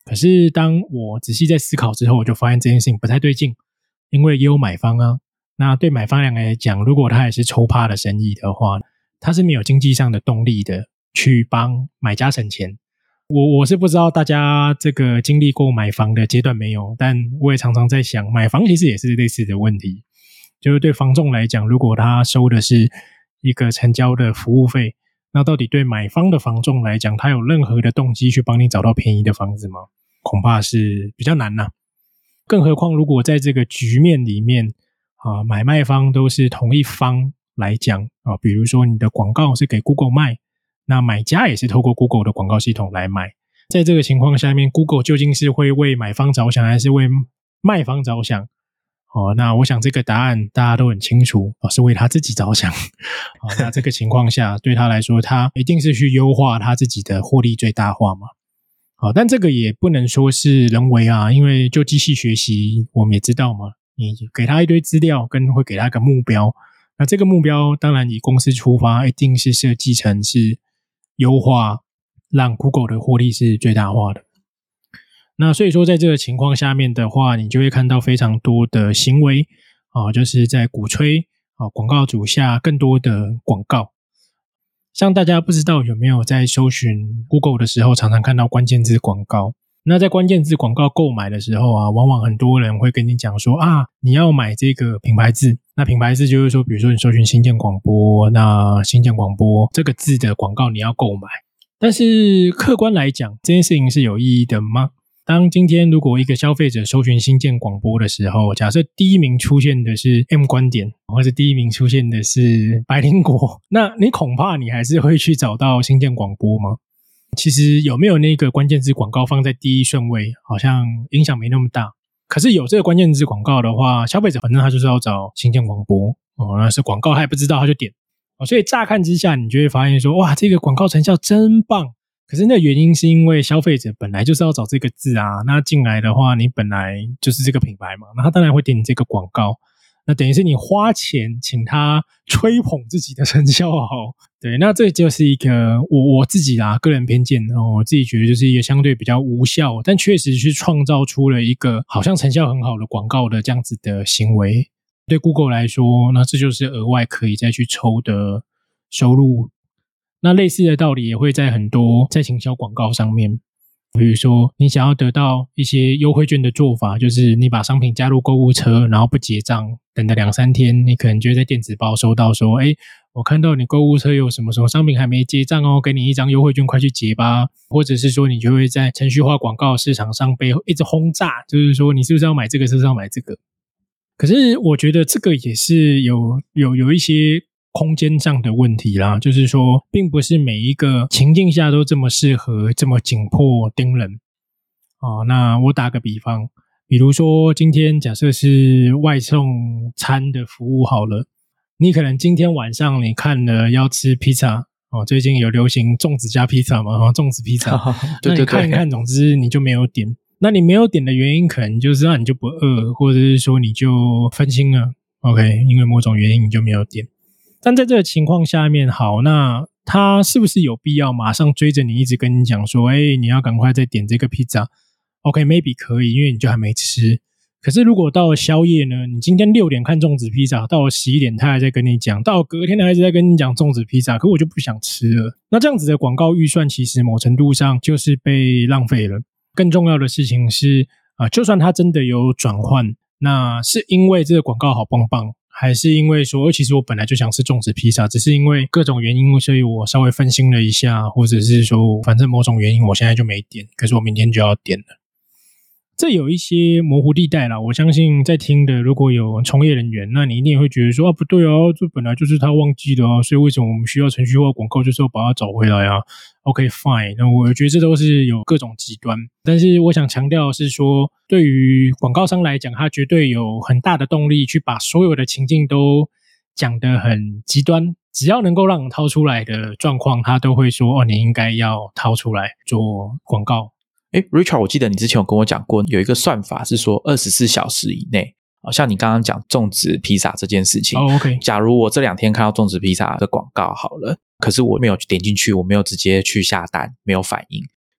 可是当我仔细在思考之后，我就发现这件事情不太对劲，因为也有买方啊。那对买方来讲，如果他也是抽趴的生意的话，他是没有经济上的动力的去帮买家省钱。我我是不知道大家这个经历过买房的阶段没有，但我也常常在想，买房其实也是类似的问题。就是对房仲来讲，如果他收的是一个成交的服务费，那到底对买方的房仲来讲，他有任何的动机去帮你找到便宜的房子吗？恐怕是比较难啦、啊。更何况如果在这个局面里面啊，买卖方都是同一方来讲啊，比如说你的广告是给 Google 卖，那买家也是透过 Google 的广告系统来买，在这个情况下面 Google 究竟是会为买方着想还是为卖方着想？哦，那我想这个答案大家都很清楚，哦，是为他自己着想。哦，那这个情况下对他来说，他一定是去优化他自己的获利最大化嘛。好，但这个也不能说是人为啊，因为就机器学习我们也知道嘛，你给他一堆资料跟会给他一个目标，那这个目标当然以公司出发，一定是设计成是优化让 Google 的获利是最大化的。那所以说在这个情况下面的话，你就会看到非常多的行为啊，就是在鼓吹啊广告主下更多的广告。像大家不知道有没有在搜寻 Google 的时候常常看到关键字广告，那在关键字广告购买的时候啊，往往很多人会跟你讲说啊，你要买这个品牌字，那品牌字就是说比如说你搜寻新建广播，那新建广播这个字的广告你要购买。但是客观来讲，这件事情是有意义的吗？当今天如果一个消费者搜寻新建广播的时候，假设第一名出现的是 M 观点，或者第一名出现的是百灵果，那你恐怕你还是会去找到新建广播吗？其实有没有那个关键字广告放在第一顺位，好像影响没那么大。可是有这个关键字广告的话，消费者反正他就是要找新建广播，哦，那是广告他也不知道他就点，哦，所以乍看之下你就会发现说，哇，这个广告成效真棒。可是那原因是因为消费者本来就是要找这个字啊，那进来的话你本来就是这个品牌嘛，那他当然会点你这个广告，那等于是你花钱请他吹捧自己的成效好。对，那这就是一个我我自己啦个人偏见，哦，我自己觉得就是一个相对比较无效，但确实是创造出了一个好像成效很好的广告的这样子的行为。对 Google 来说，那这就是额外可以再去抽的收入。那类似的道理也会在很多在行销广告上面，比如说你想要得到一些优惠券的做法，就是你把商品加入购物车，然后不结账，等了两三天，你可能就会在电子报收到说，诶，我看到你购物车有什么什么商品还没结账哦，给你一张优惠券，快去结吧。或者是说你就会在程序化广告市场上被一直轰炸，就是说你是不是要买这个，是不是要买这个。可是我觉得这个也是有有有一些空间上的问题啦，就是说并不是每一个情境下都这么适合这么紧迫盯人。哦，那我打个比方，比如说今天假设是外送餐的服务好了，你可能今天晚上你看了要吃披萨，哦，最近有流行粽子加披萨嘛，哦，粽子披萨，对对对，那你看一看，总之你就没有点。那你没有点的原因可能就是让你就不饿，或者是说你就分心了 OK， 因为某种原因你就没有点。但在这个情况下面，好，那他是不是有必要马上追着你一直跟你讲说，诶，你要赶快再点这个披萨 OK maybe 可以，因为你就还没吃。可是如果到了宵夜呢，你今天六点看粽子披萨，到了十一点他还在跟你讲，到了隔天他还是在跟你讲粽子披萨，可我就不想吃了。那这样子的广告预算其实某程度上就是被浪费了。更重要的事情是，呃，就算他真的有转换，那是因为这个广告好棒棒，还是因为说其实我本来就想吃粽子披萨，只是因为各种原因所以我稍微分心了一下，或者是说反正某种原因我现在就没点，可是我明天就要点了。这有一些模糊地带啦，我相信在听的如果有从业人员，那你一定也会觉得说啊，不对啊，这本来就是他忘记的啊，所以为什么我们需要程序化广告就是要把它找回来啊。 OK fine， 那我觉得这都是有各种极端，但是我想强调的是说，对于广告商来讲，他绝对有很大的动力去把所有的情境都讲得很极端，只要能够让你掏出来的状况，他都会说哦，你应该要掏出来做广告。 诶 Richard， 我记得你之前有跟我讲过，有一个算法是说二十四小时以内，像你刚刚讲粽子披萨这件事情， 哦 OK， 假如我这两天看到粽子披萨的广告好了，可是我没有点进去，我没有直接去下单，没有反应，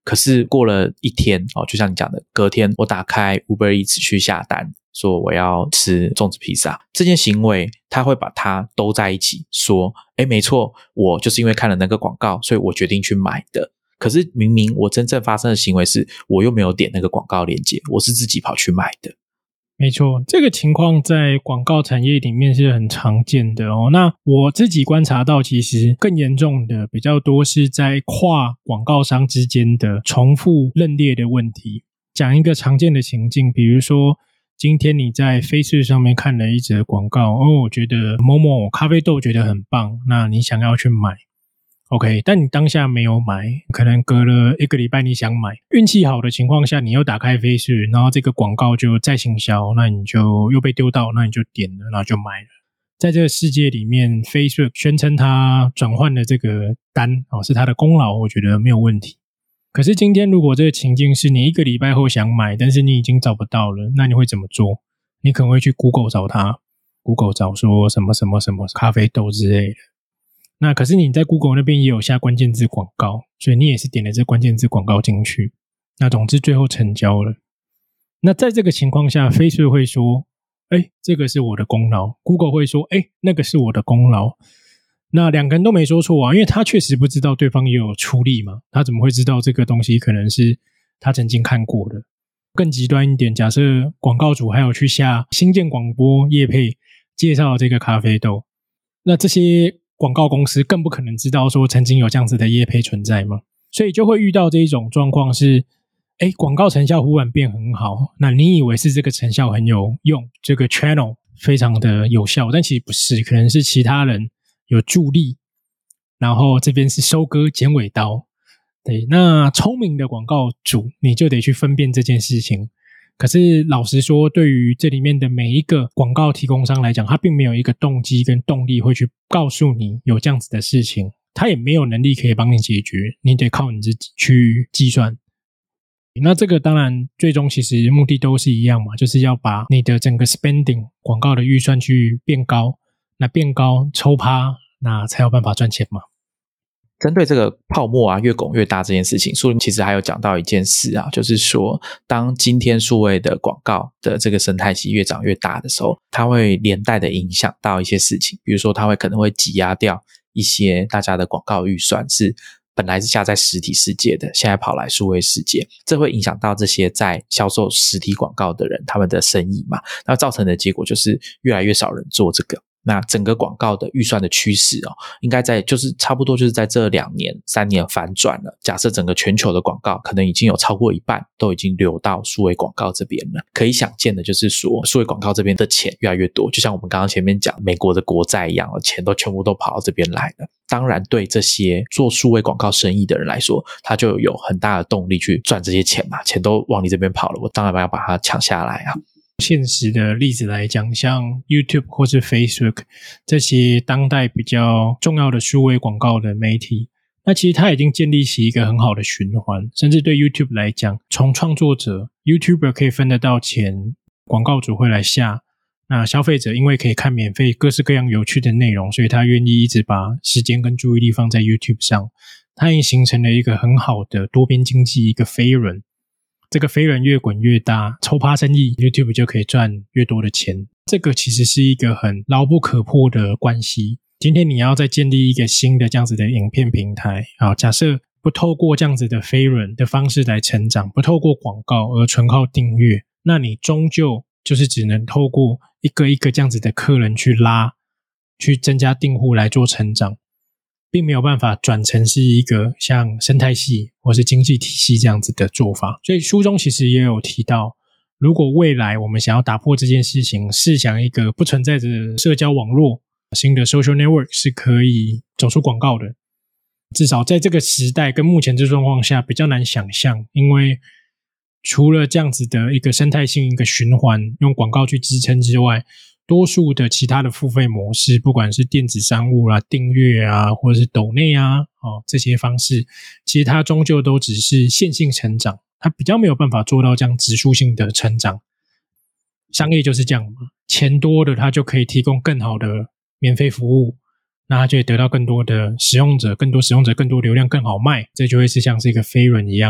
可是过了一天哦，就像你讲的，隔天我打开 Uber Eats 去下单，说我要吃粽子披萨，这件行为他会把它兜在一起说，诶没错，我就是因为看了那个广告，所以我决定去买的。可是明明我真正发生的行为是我又没有点那个广告链接，我是自己跑去买的。 没错，这个情况在广告产业里面是很常见的哦。那我自己观察到，其实更严重的比较多是在跨广告商之间的重复认列的问题。讲一个常见的情境，比如说今天你在 Facebook 上面看了一则广告，哦，我觉得某某咖啡豆觉得很棒，那你想要去买。OK， 但你当下没有买，可能隔了一个礼拜你想买，运气好的情况下你又打开 Facebook， 然后这个广告就再行销，那你就又被丢到，那你就点了，然后就买了。在这个世界里面 Facebook 宣称它转换的这个单、哦、是它的功劳，我觉得没有问题。可是今天如果这个情境是你一个礼拜后想买，但是你已经找不到了，那你会怎么做？你可能会去 Google 找它， Google 找说什么什么什么咖啡豆之类的。那可是你在 Google 那边也有下关键字广告，所以你也是点了这关键字广告进去，那总之最后成交了。那在这个情况下 Facebook 会说，诶这个是我的功劳， Google 会说，诶那个是我的功劳。那两个人都没说错啊，因为他确实不知道对方也有出力嘛，他怎么会知道这个东西可能是他曾经看过的。更极端一点，假设广告主还有去下新建广播业配介绍这个咖啡豆，那这些广告公司更不可能知道说曾经有这样子的业配存在嘛，所以就会遇到这一种状况是，诶广告成效忽然变很好，那你以为是这个成效很有用，这个 channel 非常的有效，但其实不是，可能是其他人有助力，然后这边是收割剪尾刀。对，那聪明的广告主你就得去分辨这件事情。可是老实说，对于这里面的每一个广告提供商来讲，他并没有一个动机跟动力会去告诉你有这样子的事情，他也没有能力可以帮你解决，你得靠你自己去计算。那这个当然最终其实目的都是一样嘛，就是要把你的整个 spending 广告的预算去变高，那变高抽趴，那才有办法赚钱嘛。 针对这个泡沫啊越拱越大这件事情，书里其实还有讲到一件事啊，就是说当今天数位的广告的这个生态系越长越大的时候，它会连带的影响到一些事情，比如说它会可能会挤压掉一些大家的广告预算是本来是下在实体世界的，现在跑来数位世界，这会影响到这些在销售实体广告的人他们的生意嘛，那造成的结果就是越来越少人做这个。那整个广告的预算的趋势哦，应该在就是差不多就是在这两年三年反转了。假设整个全球的广告可能已经有超过一半都已经流到数位广告这边了，可以想见的就是说数位广告这边的钱越来越多，就像我们刚刚前面讲美国的国债一样，钱都全部都跑到这边来了。当然对这些做数位广告生意的人来说，他就有很大的动力去赚这些钱嘛，钱都往你这边跑了，我当然要把它抢下来啊。 现实的例子来讲，像 YouTube 或是 Facebook 这些当代比较重要的数位广告的媒体，那其实它已经建立起一个很好的循环，甚至对 YouTube 来讲，从创作者 YouTuber 可以分得到钱，广告主会来下，那消费者因为可以看免费各式各样有趣的内容，所以他愿意一直把时间跟注意力放在 YouTube 上，它已经形成了一个很好的多边经济，一个飞轮。这个飞轮越滚越大，抽趴生意 YouTube 就可以赚越多的钱，这个其实是一个很牢不可破的关系。今天你要再建立一个新的这样子的影片平台，好，假设不透过这样子的飞轮的方式来成长，不透过广告而纯靠订阅，那你终究就是只能透过一个一个这样子的客人去拉，去增加订户来做成长，并没有办法转成是一个像生态系或是经济体系这样子的做法。所以书中其实也有提到，如果未来我们想要打破这件事情，试想一个不存在的社交网络，新的 social network 是可以走出广告的，至少在这个时代跟目前这状况下比较难想象，因为除了这样子的一个生态性一个循环用广告去支撑之外，多数的其他的付费模式，不管是电子商务啦、订阅啊，或者是抖内啊、哦、这些方式，其实它终究都只是线性成长，它比较没有办法做到这样指数性的成长。商业就是这样嘛，钱多的它就可以提供更好的免费服务，那它就会得到更多的使用者，更多使用者更多流量更好卖，这就会是像是一个飞轮一样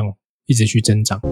一直去增长。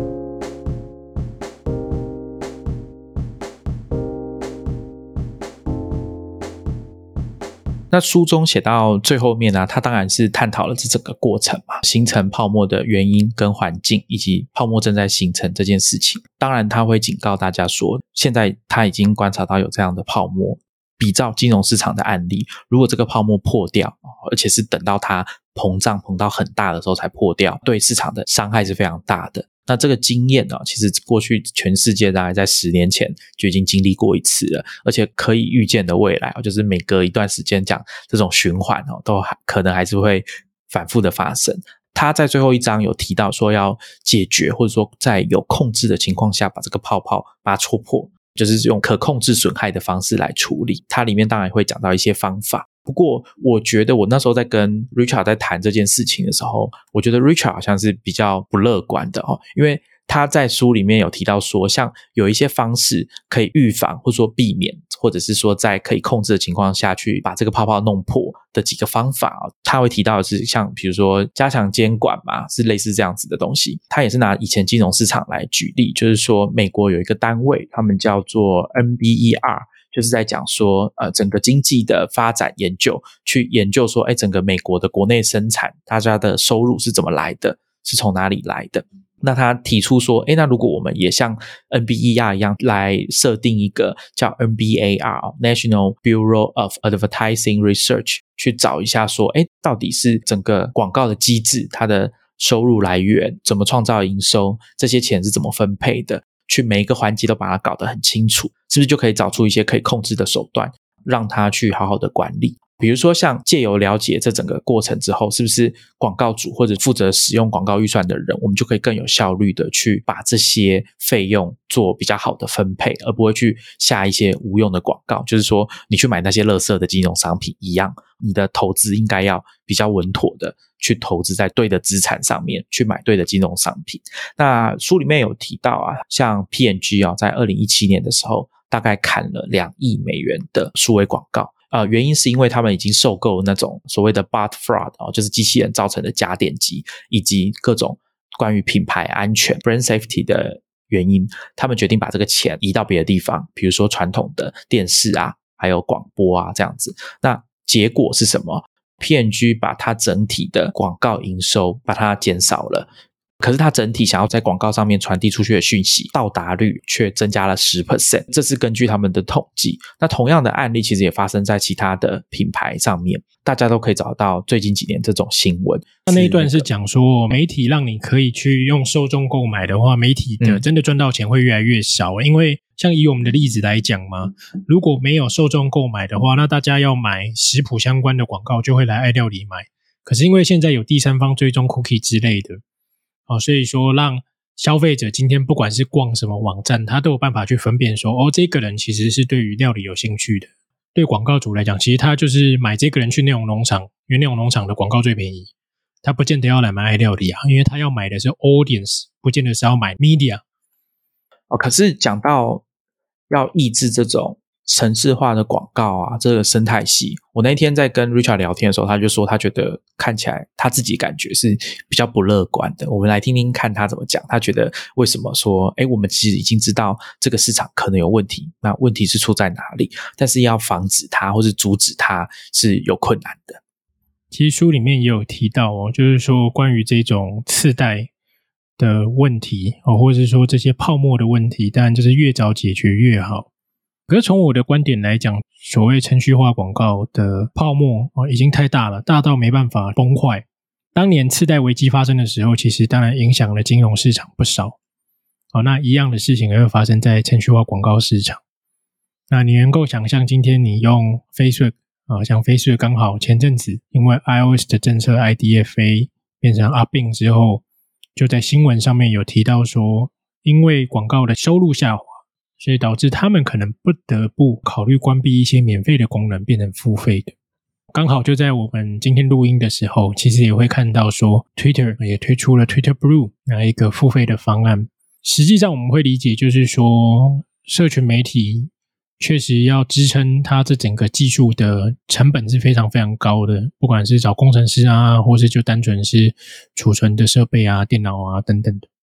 那书中写到最后面呢、啊，他当然是探讨了这整个过程嘛，形成泡沫的原因跟环境，以及泡沫正在形成这件事情。当然他会警告大家说，现在他已经观察到有这样的泡沫，比照金融市场的案例，如果这个泡沫破掉，而且是等到它膨胀膨到很大的时候才破掉，对市场的伤害是非常大的。那这个经验呢、啊，其实过去全世界大概在十年前就已经经历过一次了，而且可以预见的未来，就是每隔一段时间讲这种循环哦，都还可能还是会反复的发生。他在最后一章有提到说要解决，或者说在有控制的情况下把这个泡泡把它戳破，就是用可控制损害的方式来处理。它里面当然会讲到一些方法。不过我觉得我那时候在跟 Richard 在谈这件事情的时候，我觉得 Richard 好像是比较不乐观的哦，因为他在书里面有提到说，像有一些方式可以预防或者说避免，或者是说在可以控制的情况下去把这个泡泡弄破的几个方法、哦、他会提到的是像比如说加强监管嘛，是类似这样子的东西。他也是拿以前金融市场来举例，就是说美国有一个单位，他们叫做 N B E R，就是在讲说呃整个经济的发展研究，去研究说诶整个美国的国内生产大家的收入是怎么来的，是从哪里来的。那他提出说诶那如果我们也像 N B E R 一样来设定一个叫 N B A R National Bureau of Advertising Research， 去找一下说诶到底是整个广告的机制，它的收入来源怎么创造营收，这些钱是怎么分配的，去每一个环节都把它搞得很清楚，是不是就可以找出一些可以控制的手段，让它去好好的管理。比如说像借由了解这整个过程之后，是不是广告主或者负责使用广告预算的人，我们就可以更有效率的去把这些费用做比较好的分配，而不会去下一些无用的广告。就是说你去买那些垃圾的金融商品一样，你的投资应该要比较稳妥的去投资在对的资产上面，去买对的金融商品。那书里面有提到啊，像 P and G 啊，在二零一七年的时候大概砍了两亿美元的数位广告。呃，原因是因为他们已经受够那种所谓的 bot fraud、哦、就是机器人造成的假点击，以及各种关于品牌安全 brand safety 的原因，他们决定把这个钱移到别的地方，比如说传统的电视啊，还有广播啊这样子。那结果是什么？ P and G 把它整体的广告营收把它减少了，可是它整体想要在广告上面传递出去的讯息到达率却增加了 百分之十， 这是根据他们的统计。那同样的案例其实也发生在其他的品牌上面，大家都可以找到最近几年这种新闻。 那那一段是讲说媒体让你可以去用受众购买的话，媒体的真的赚到钱会越来越少、嗯、因为像以我们的例子来讲嘛，如果没有受众购买的话，那大家要买食谱相关的广告就会来爱料理买。可是因为现在有第三方追踪 cookie 之类的哦，所以说让消费者今天不管是逛什么网站，他都有办法去分辨说，哦，这个人其实是对于料理有兴趣的。对广告主来讲，其实他就是买这个人去内容农场，因为内容农场的广告最便宜，他不见得要来买爱料理啊，因为他要买的是 audience， 不见得是要买 media。 哦，可是讲到要抑制这种程式化的广告啊，这个生态系，我那天在跟 Richard 聊天的时候，他就说他觉得看起来他自己感觉是比较不乐观的。我们来听听看他怎么讲，他觉得为什么说诶我们其实已经知道这个市场可能有问题，那问题是出在哪里，但是要防止它或是阻止它是有困难的。 其实书里面也有提到哦，就是说关于这种次贷的问题哦，或者是说这些泡沫的问题，当然就是越早解决越好。可是从我的观点来讲，所谓程序化广告的泡沫、哦、已经太大了，大到没办法崩坏。当年次贷危机发生的时候，其实当然影响了金融市场不少、哦、那一样的事情也会发生在程序化广告市场。那你能够想象今天你用 Facebook、哦、像 Facebook 刚好前阵子因为 iOS 的政策 I D F A 变成阿并之后，就在新闻上面有提到说，因为广告的收入下滑，所以导致他们可能不得不考虑关闭一些免费的功能，变成付费的。刚好就在我们今天录音的时候，其实也会看到说 Twitter 也推出了 Twitter Blue 那一个付费的方案。实际上我们会理解就是说，社群媒体确实要支撑它这整个技术的成本是非常非常高的，不管是找工程师啊，或是就单纯是储存的设备啊、电脑啊等等的。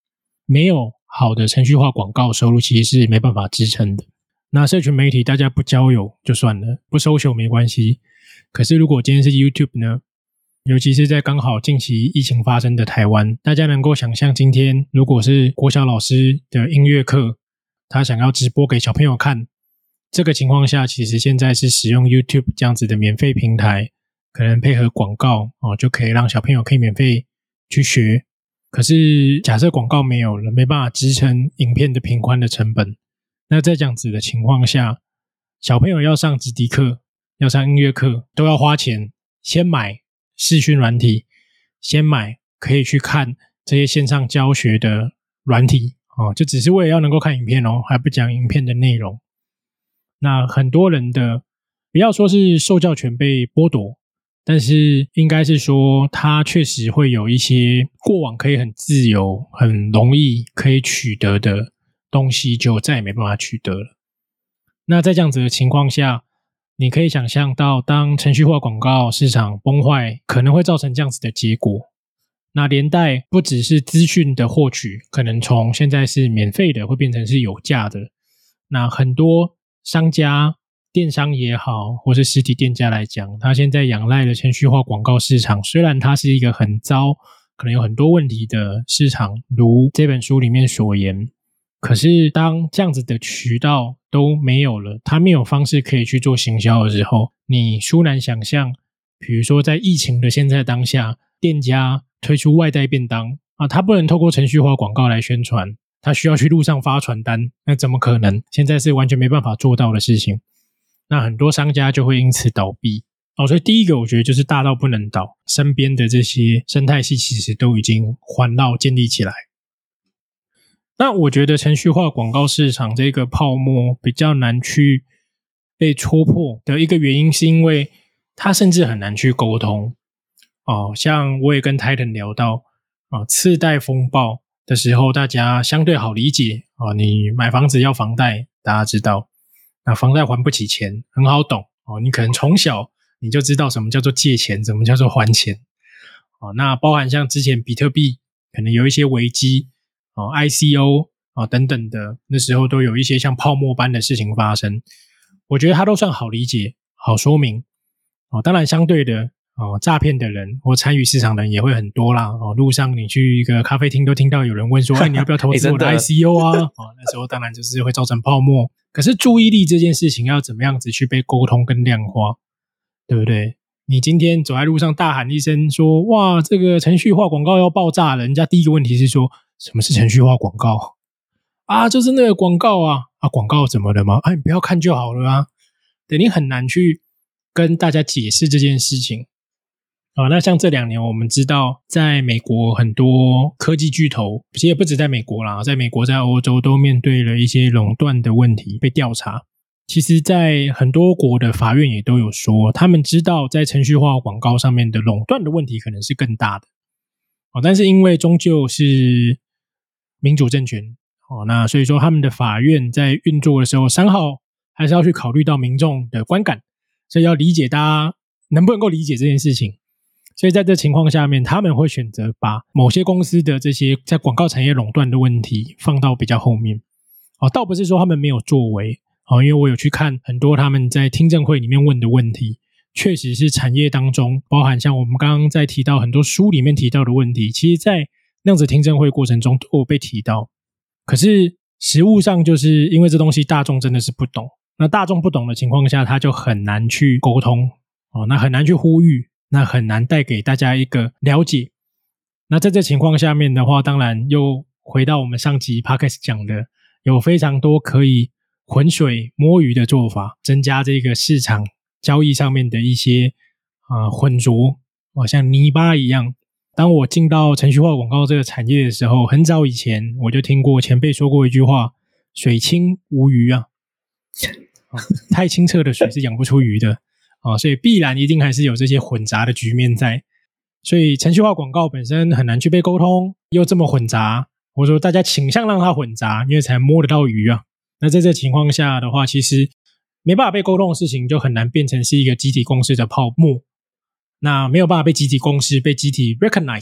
没有好的程序化广告收入其实是没办法支撑的。那社群媒体大家不交友就算了，不 social 没关系，可是如果今天是 YouTube 呢，尤其是在刚好近期疫情发生的台湾，大家能够想象今天如果是国小老师的音乐课，他想要直播给小朋友看，这个情况下其实现在是使用 YouTube 这样子的免费平台，可能配合广告、哦、就可以让小朋友可以免费去学。可是假设广告没有了，没办法支撑影片的频宽的成本，那在这样子的情况下，小朋友要上直笛课，要上音乐课，都要花钱，先买视讯软体，先买可以去看这些线上教学的软体、哦、就只是为了要能够看影片哦，还不讲影片的内容。那很多人的不要说是受教权被剥夺，但是应该是说他确实会有一些过往可以很自由很容易可以取得的东西就再也没办法取得了。那在这样子的情况下，你可以想象到当程序化广告市场崩坏可能会造成这样子的结果。那连带不只是资讯的获取，可能从现在是免费的会变成是有价的。那很多商家电商也好或是实体店家来讲，他现在仰赖的程序化广告市场，虽然它是一个很糟可能有很多问题的市场，如这本书里面所言，可是当这样子的渠道都没有了，它没有方式可以去做行销的时候，你殊难想象比如说在疫情的现在当下，店家推出外带便当啊，他不能透过程序化广告来宣传，他需要去路上发传单，那怎么可能？现在是完全没办法做到的事情。那很多商家就会因此倒闭哦，所以第一个我觉得就是大到不能倒，身边的这些生态系其实都已经环绕建立起来。那我觉得程序化广告市场这个泡沫比较难去被戳破的一个原因，是因为它甚至很难去沟通哦。像我也跟 Titan 聊到哦，次贷风暴的时候大家相对好理解哦，你买房子要房贷，大家知道那房贷还不起钱很好懂哦，你可能从小你就知道什么叫做借钱，什么叫做还钱哦。那包含像之前比特币可能有一些危机哦 I C O 哦等等的，那时候都有一些像泡沫般的事情发生，我觉得它都算好理解好说明哦。当然相对的哦，诈骗的人或参与市场的人也会很多啦哦。路上你去一个咖啡厅都听到有人问说哎，你要不要投资我的 I C O 啊、哦、那时候当然就是会造成泡沫。可是注意力这件事情要怎么样子去被沟通跟量化，对不对？你今天走在路上大喊一声说哇这个程序化广告要爆炸了，人家第一个问题是说什么是程序化广告啊？就是那个广告啊啊，广告怎么了吗？啊，你不要看就好了啊。对，你很难去跟大家解释这件事情啊。那像这两年我们知道在美国很多科技巨头，其实也不止在美国啦，在美国在欧洲都面对了一些垄断的问题被调查。其实在很多国的法院也都有说，他们知道在程序化广告上面的垄断的问题可能是更大的哦，但是因为终究是民主政权哦，那所以说他们的法院在运作的时候，三号还是要去考虑到民众的观感，所以要理解大家能不能够理解这件事情。所以在这情况下面，他们会选择把某些公司的这些在广告产业垄断的问题放到比较后面哦，倒不是说他们没有作为哦，因为我有去看很多他们在听证会里面问的问题，确实是产业当中包含像我们刚刚在提到很多书里面提到的问题，其实在那样子听证会过程中都有被提到。可是实务上就是因为这东西大众真的是不懂，那大众不懂的情况下，他就很难去沟通哦，那很难去呼吁，那很难带给大家一个了解。那在这情况下面的话，当然又回到我们上集 Podcast 讲的，有非常多可以浑水摸鱼的做法，增加这个市场交易上面的一些、呃、混浊、哦、像泥巴一样。当我进到程序化广告这个产业的时候，很早以前我就听过前辈说过一句话，水清无鱼啊、哦、太清澈的水是养不出鱼的、哦、所以必然一定还是有这些混杂的局面在。所以程序化广告本身很难去被沟通，又这么混杂，或者说大家倾向让它混杂，因为才摸得到鱼啊。那在这情况下的话，其实没办法被沟通的事情就很难变成是一个集体共识的泡沫，那没有办法被集体共识被集体 recognize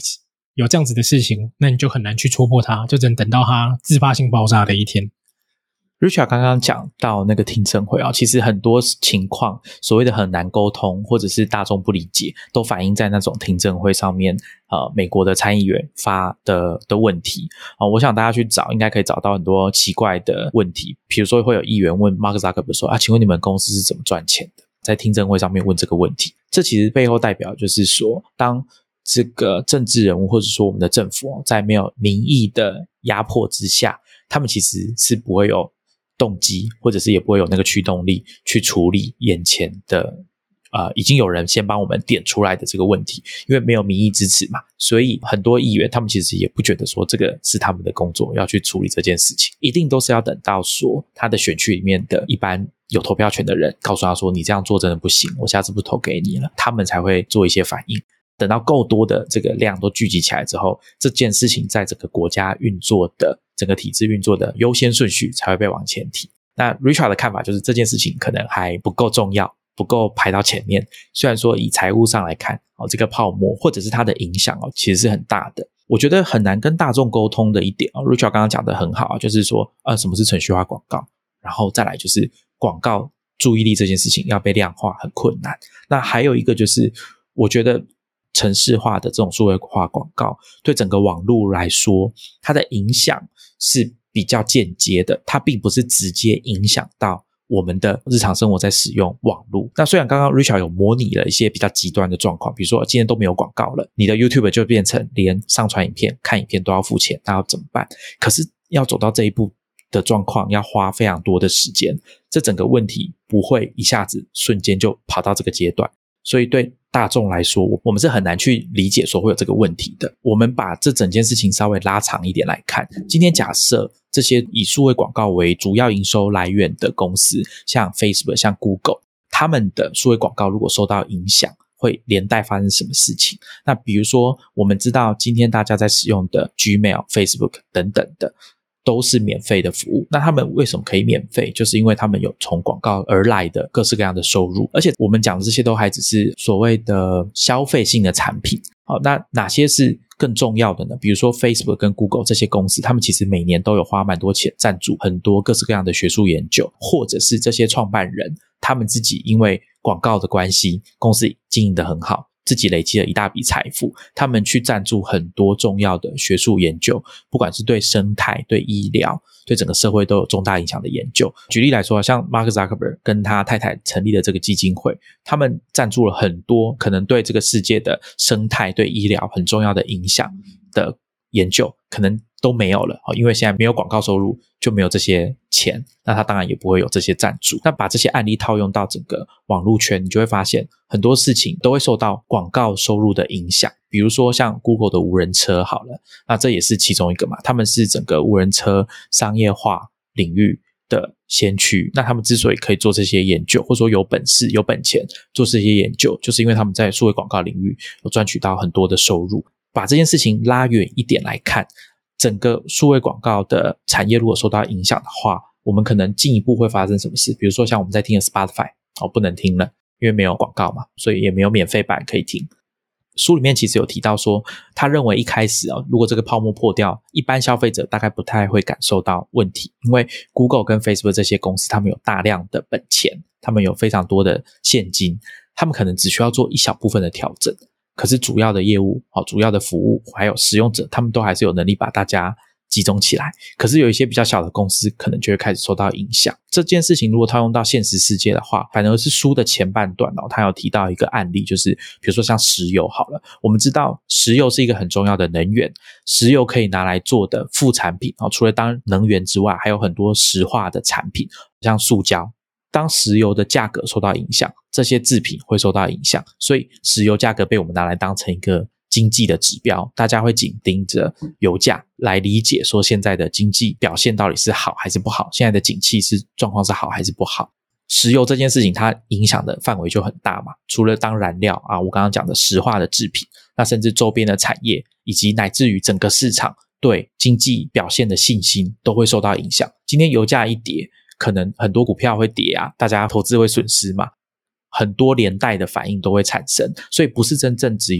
有这样子的事情，那你就很难去戳破它，就只能等到它自发性爆炸的一天。 Richard 刚刚讲到那个听证会啊，其实很多情况所谓的很难沟通或者是大众不理解，都反映在那种听证会上面呃，美国的参议员发的的问题啊、呃，我想大家去找应该可以找到很多奇怪的问题，比如说会有议员问 Mark Zuckerberg 说啊，请问你们公司是怎么赚钱的，在听证会上面问这个问题，这其实背后代表就是说，当这个政治人物或者说我们的政府在没有民意的压迫之下，他们其实是不会有动机，或者是也不会有那个驱动力去处理眼前的呃，已经有人先帮我们点出来的这个问题，因为没有民意支持嘛，所以很多议员他们其实也不觉得说这个是他们的工作要去处理这件事情，一定都是要等到说他的选区里面的一般有投票权的人告诉他说你这样做真的不行，我下次不投给你了，他们才会做一些反应。等到够多的这个量都聚集起来之后，这件事情在整个国家运作的整个体制运作的优先顺序才会被往前提。那 Richard 的看法就是这件事情可能还不够重要，不够排到前面，虽然说以财务上来看、哦、这个泡沫或者是它的影响、哦、其实是很大的。我觉得很难跟大众沟通的一点、哦、Richard 刚刚讲的很好，就是说呃，什么是程序化广告，然后再来就是广告注意力这件事情要被量化很困难。那还有一个就是我觉得程式化的这种数位化广告对整个网络来说，它的影响是比较间接的，它并不是直接影响到我们的日常生活在使用网络。那虽然刚刚 Richard 有模拟了一些比较极端的状况，比如说今天都没有广告了，你的 YouTube 就变成连上传影片看影片都要付钱，那要怎么办？可是要走到这一步的状况要花非常多的时间，这整个问题不会一下子瞬间就跑到这个阶段，所以对大众来说我们是很难去理解说会有这个问题的。我们把这整件事情稍微拉长一点来看，今天假设这些以数位广告为主要营收来源的公司，像 Facebook 像 Google， 他们的数位广告如果受到影响会连带发生什么事情。那比如说我们知道今天大家在使用的 Gmail Facebook 等等的都是免费的服务，那他们为什么可以免费？就是因为他们有从广告而来的各式各样的收入，而且我们讲的这些都还只是所谓的消费性的产品。好，那哪些是更重要的呢？比如说 Facebook 跟 Google 这些公司，他们其实每年都有花蛮多钱赞助很多各式各样的学术研究，或者是这些创办人他们自己因为广告的关系，公司经营得很好，自己累积了一大笔财富，他们去赞助很多重要的学术研究，不管是对生态、对医疗、对整个社会都有重大影响的研究。举例来说，像 Mark Zuckerberg 跟他太太成立的这个基金会，他们赞助了很多可能对这个世界的生态、对医疗很重要的影响的研究，可能都没有了，因为现在没有广告收入，就没有这些钱，那他当然也不会有这些赞助。那把这些案例套用到整个网络圈，你就会发现很多事情都会受到广告收入的影响。比如说像 Google 的无人车好了，那这也是其中一个嘛，他们是整个无人车商业化领域的先驱，那他们之所以可以做这些研究，或者说有本事有本钱做这些研究，就是因为他们在数位广告领域有赚取到很多的收入。把这件事情拉远一点来看，整个数位广告的产业如果受到影响的话，我们可能进一步会发生什么事？比如说像我们在听的 Spotify、哦、不能听了，因为没有广告嘛，所以也没有免费版可以听。书里面其实有提到说，他认为一开始、哦、如果这个泡沫破掉，一般消费者大概不太会感受到问题，因为 Google 跟 Facebook 这些公司他们有大量的本钱，他们有非常多的现金，他们可能只需要做一小部分的调整，可是主要的业务、主要的服务还有使用者，他们都还是有能力把大家集中起来。可是有一些比较小的公司可能就会开始受到影响。这件事情如果套用到现实世界的话，反而是书的前半段哦，他有提到一个案例，就是比如说像石油好了，我们知道石油是一个很重要的能源，石油可以拿来做的副产品哦，除了当能源之外，还有很多石化的产品，像塑胶。当石油的价格受到影响，这些制品会受到影响，所以石油价格被我们拿来当成一个经济的指标，大家会紧盯着油价来理解说现在的经济表现到底是好还是不好，现在的景气是状况是好还是不好。石油这件事情它影响的范围就很大嘛，除了当燃料啊，我刚刚讲的石化的制品，那甚至周边的产业以及乃至于整个市场对经济表现的信心都会受到影响。今天油价一跌，可能很多股票会跌啊，大家投资会损失嘛，很多连带的反应都会产生，所以不是真正只有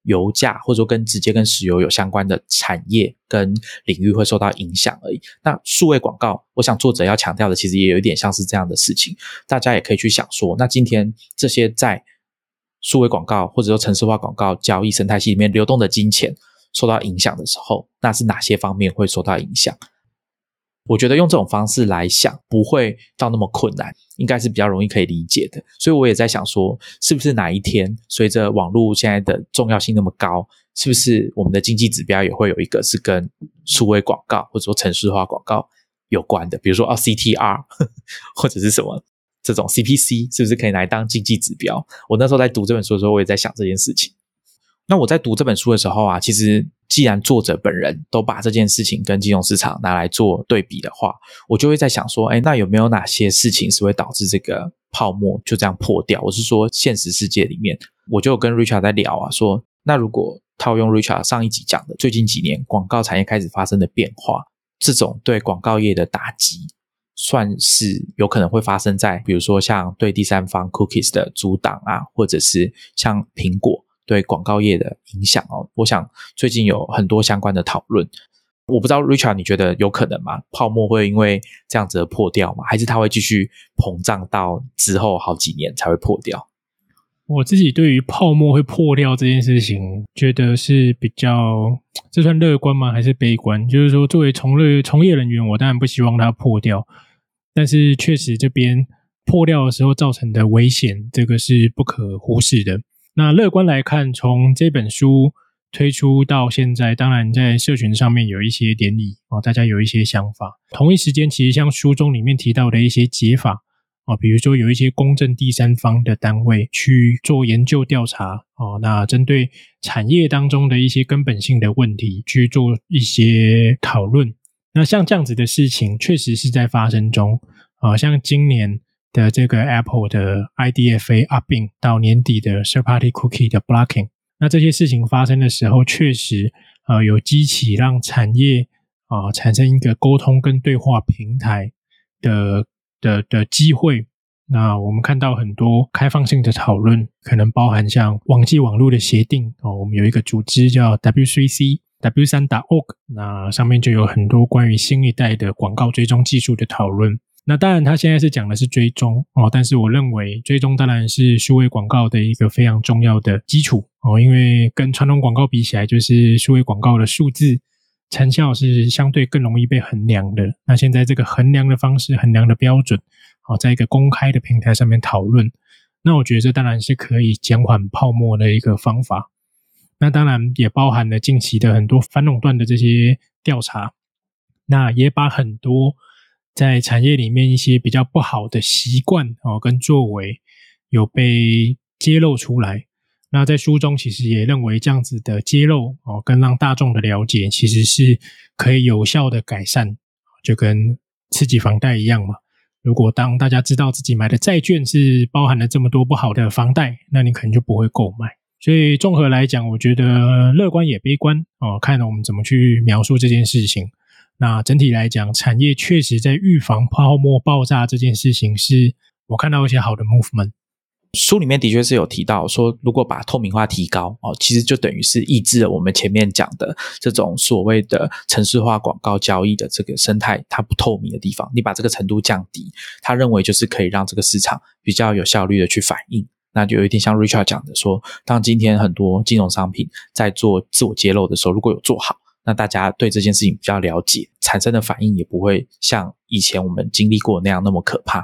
油价或者说跟直接跟石油有相关的产业跟领域会受到影响而已。那数位广告，我想作者要强调的其实也有一点像是这样的事情，大家也可以去想说，那今天这些在数位广告或者说程式化广告交易生态系里面流动的金钱受到影响的时候，那是哪些方面会受到影响？我觉得用这种方式来想不会到那么困难，应该是比较容易可以理解的。所以我也在想说，是不是哪一天随着网络现在的重要性那么高，是不是我们的经济指标也会有一个是跟数位广告或者说程式化广告有关的，比如说、哦、C T R 或者是什么这种 C P C 是不是可以来当经济指标？我那时候在读这本书的时候我也在想这件事情。那我在读这本书的时候啊，其实既然作者本人都把这件事情跟金融市场拿来做对比的话，我就会在想说，诶，那有没有哪些事情是会导致这个泡沫就这样破掉？我是说现实世界里面，我就跟 Richard 在聊啊，说那如果套用 Richard 上一集讲的最近几年广告产业开始发生的变化，这种对广告业的打击算是有可能会发生在比如说像对第三方 cookies 的阻挡啊，或者是像苹果对广告业的影响哦，我想最近有很多相关的讨论。我不知道 Richard 你觉得有可能吗？泡沫会因为这样子而破掉吗？还是它会继续膨胀到之后好几年才会破掉？ 我自己对于泡沫会破掉这件事情觉得是比较，这算乐观吗还是悲观？就是说作为从业从业人员，我当然不希望它破掉，但是确实这边破掉的时候造成的危险，这个是不可忽视的。那乐观来看，从这本书推出到现在，当然在社群上面有一些涟漪、哦、大家有一些想法。同一时间其实像书中里面提到的一些解法、哦、比如说有一些公正第三方的单位去做研究调查、哦、那针对产业当中的一些根本性的问题去做一些讨论。那像这样子的事情确实是在发生中、哦、像今年的这个 Apple 的 I D F A upping 到年底的 third party cookie 的 blocking， 那这些事情发生的时候确实呃有激起让产业啊、呃、产生一个沟通跟对话平台的的的机会。那我们看到很多开放性的讨论，可能包含像网际网络的协定、哦、我们有一个组织叫 W 三 C W 三 点 org， 那上面就有很多关于新一代的广告追踪技术的讨论。那当然他现在是讲的是追踪、哦、但是我认为追踪当然是数位广告的一个非常重要的基础、哦、因为跟传统广告比起来，就是数位广告的数字成效是相对更容易被衡量的。那现在这个衡量的方式、衡量的标准、哦、在一个公开的平台上面讨论，那我觉得这当然是可以减缓泡沫的一个方法。那当然也包含了近期的很多反垄断的这些调查，那也把很多在产业里面一些比较不好的习惯、哦、跟作为有被揭露出来。那在书中其实也认为这样子的揭露、哦、跟让大众的了解其实是可以有效的改善，就跟刺激房贷一样嘛。如果当大家知道自己买的债券是包含了这么多不好的房贷，那你可能就不会购买。所以综合来讲，我觉得乐观也悲观、哦、看我们怎么去描述这件事情。那整体来讲，产业确实在预防泡沫爆炸这件事情是我看到一些好的 movement。 书里面的确是有提到说，如果把透明化提高、哦、其实就等于是抑制了我们前面讲的这种所谓的程式化广告交易的这个生态它不透明的地方，你把这个程度降低，他认为就是可以让这个市场比较有效率的去反应。那就有一点像 Richard 讲的说，当今天很多金融商品在做自我揭露的时候，如果有做好，那大家对这件事情比较了解，产生的反应也不会像以前我们经历过那样那么可怕。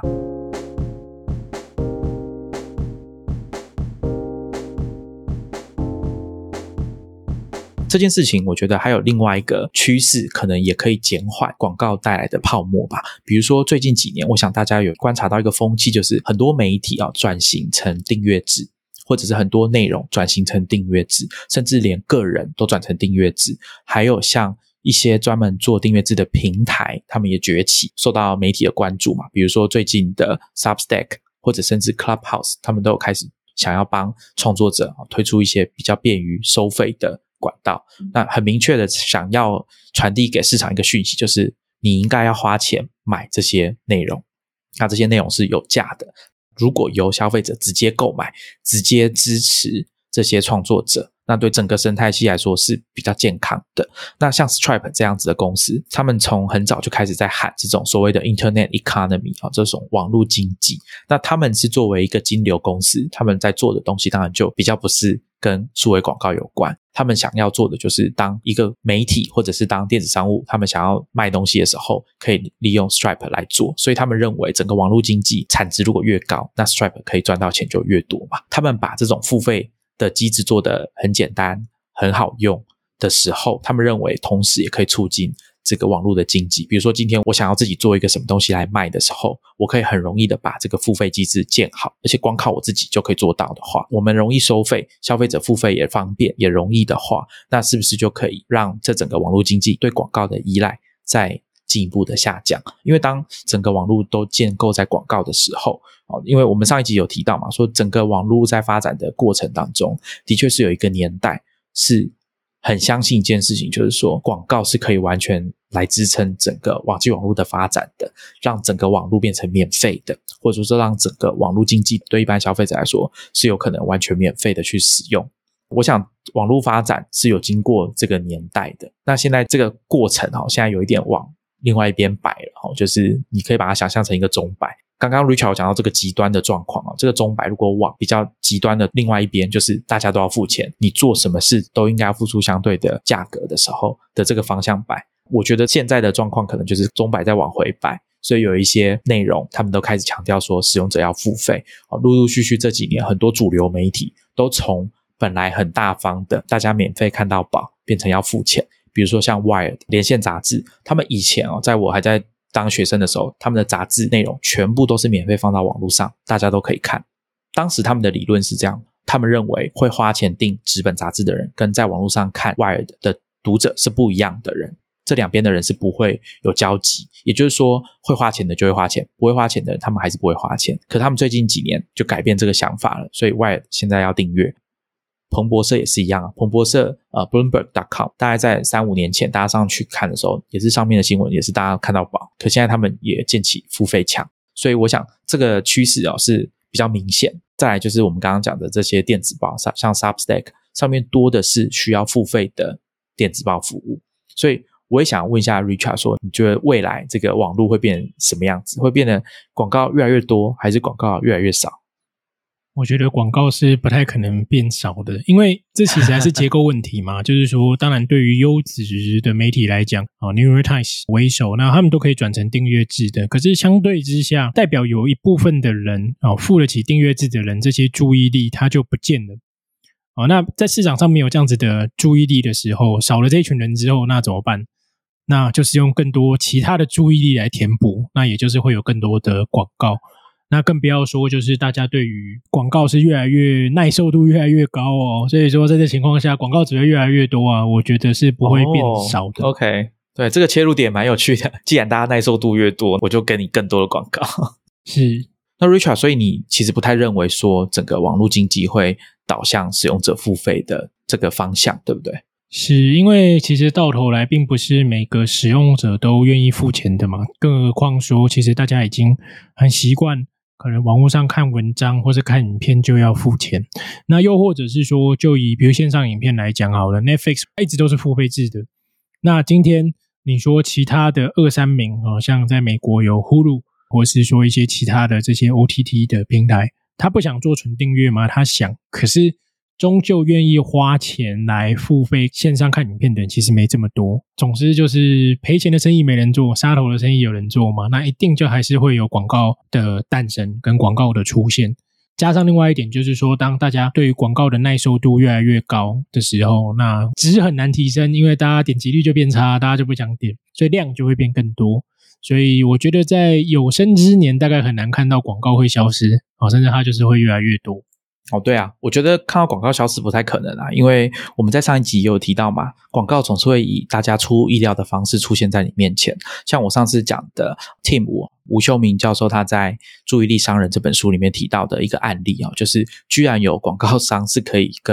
这件事情我觉得还有另外一个趋势，可能也可以减缓广告带来的泡沫吧。比如说最近几年，我想大家有观察到一个风气，就是很多媒体啊转型成订阅制，或者是很多内容转型成订阅制，甚至连个人都转成订阅制。还有像一些专门做订阅制的平台，他们也崛起，受到媒体的关注嘛。比如说最近的 Substack 或者甚至 Clubhouse， 他们都有开始想要帮创作者推出一些比较便于收费的管道。那很明确的想要传递给市场一个讯息，就是你应该要花钱买这些内容，那这些内容是有价的，如果由消费者直接购买，直接支持这些创作者， 那对整个生态系来说是比较健康的。那像 Stripe 这样子的公司，他们从很早就开始在喊这种所谓的 Internet Economy、哦、这种网络经济。那他们是作为一个金流公司，他们在做的东西当然就比较不是跟数位广告有关，他们想要做的就是当一个媒体或者是当电子商务，他们想要卖东西的时候可以利用 Stripe 来做。所以他们认为整个网络经济产值如果越高，那 Stripe 可以赚到钱就越多嘛。他们把这种付费的机制做得很简单很好用的时候，他们认为同时也可以促进这个网络的经济。比如说今天我想要自己做一个什么东西来卖的时候，我可以很容易的把这个付费机制建好，而且光靠我自己就可以做到的话，我们容易收费，消费者付费也方便也容易的话，那是不是就可以让这整个网络经济对广告的依赖再进一步的下降？因为当整个网络都建构在广告的时候，因为我们上一集有提到嘛，说整个网络在发展的过程当中，的确是有一个年代是很相信一件事情，就是说广告是可以完全来支撑整个网际网络的发展的，让整个网络变成免费的，或者说让整个网络经济对一般消费者来说是有可能完全免费的去使用。我想网络发展是有经过这个年代的，那现在这个过程现在有一点往另外一边摆了，就是你可以把它想象成一个钟摆。刚刚 Richard 有讲到这个极端的状况，这个钟摆如果往比较极端的另外一边，就是大家都要付钱，你做什么事都应该要付出相对的价格的时候的这个方向摆，我觉得现在的状况可能就是钟摆在往回摆。所以有一些内容他们都开始强调说使用者要付费，陆陆续续这几年很多主流媒体都从本来很大方的大家免费看到饱变成要付钱。比如说像 Wired 连线杂志，他们以前哦，在我还在当学生的时候，他们的杂志内容全部都是免费放到网络上，大家都可以看。当时他们的理论是这样，他们认为会花钱订纸本杂志的人跟在网络上看 Wired 的读者是不一样的人，这两边的人是不会有交集，也就是说会花钱的就会花钱，不会花钱的人他们还是不会花钱。可他们最近几年就改变这个想法了，所以 Wired 现在要订阅。彭博社也是一样啊，彭博社呃 Bloomberg 点 com 大概在三五年前大家上去看的时候，也是上面的新闻也是大家看到饱，可现在他们也建起付费墙，所以我想这个趋势哦是比较明显。再来就是我们刚刚讲的这些电子报，像 Substack 上面多的是需要付费的电子报服务，所以我也想问一下 Richard 说，你觉得未来这个网络会变成什么样子？会变得广告越来越多，还是广告越来越少？ 我觉得广告是不太可能变少的，因为这其实还是结构问题嘛。就是说，当然对于优质的媒体来讲，啊 New York Times 为首，那他们都可以转成订阅制的。可是相对之下，代表有一部分的人啊，付得起订阅制的人，这些注意力他就不见了。啊，那在市场上没有这样子的注意力的时候，少了这一群人之后，那怎么办？那就是用更多其他的注意力来填补，那也就是会有更多的广告。那更不要说就是大家对于广告是越来越耐受度越来越高哦，所以说在这情况下广告只会越来越多啊，我觉得是不会变少的。 哦、OK， 对，这个切入点蛮有趣的，既然大家耐受度越多，我就给你更多的广告。 是。 那 Richard 所以你其实不太认为说整个网络经济会导向使用者付费的这个方向，对不对？ 是，因为其实到头来并不是每个使用者都愿意付钱的嘛，更何况说其实大家已经很习惯可能网络上看文章或是看影片就要付钱，那又或者是说就以比如线上影片来讲好了， Netflix 一直都是付费制的，那今天你说其他的二三名、哦、像在美国有 Hulu 或是说一些其他的这些 O T T 的平台，他不想做纯订阅吗？他想，可是终究愿意花钱来付费线上看影片的人其实没这么多，总之就是赔钱的生意没人做，杀头的生意有人做嘛，那一定就还是会有广告的诞生跟广告的出现。加上另外一点就是说，当大家对于广告的耐受度越来越高的时候，那值很难提升，因为大家点击率就变差，大家就不想点，所以量就会变更多。所以我觉得在有生之年大概很难看到广告会消失、哦、甚至它就是会越来越多。 哦，对啊，我觉得看到广告消失不太可能啊，因为我们在上一集也有提到嘛，广告总是会以大家出乎意料的方式出现在你面前。像我上次讲的 Tim 吴秀明教授他在《注意力商人》这本书里面提到的一个案例啊，就是居然有广告商是可以跟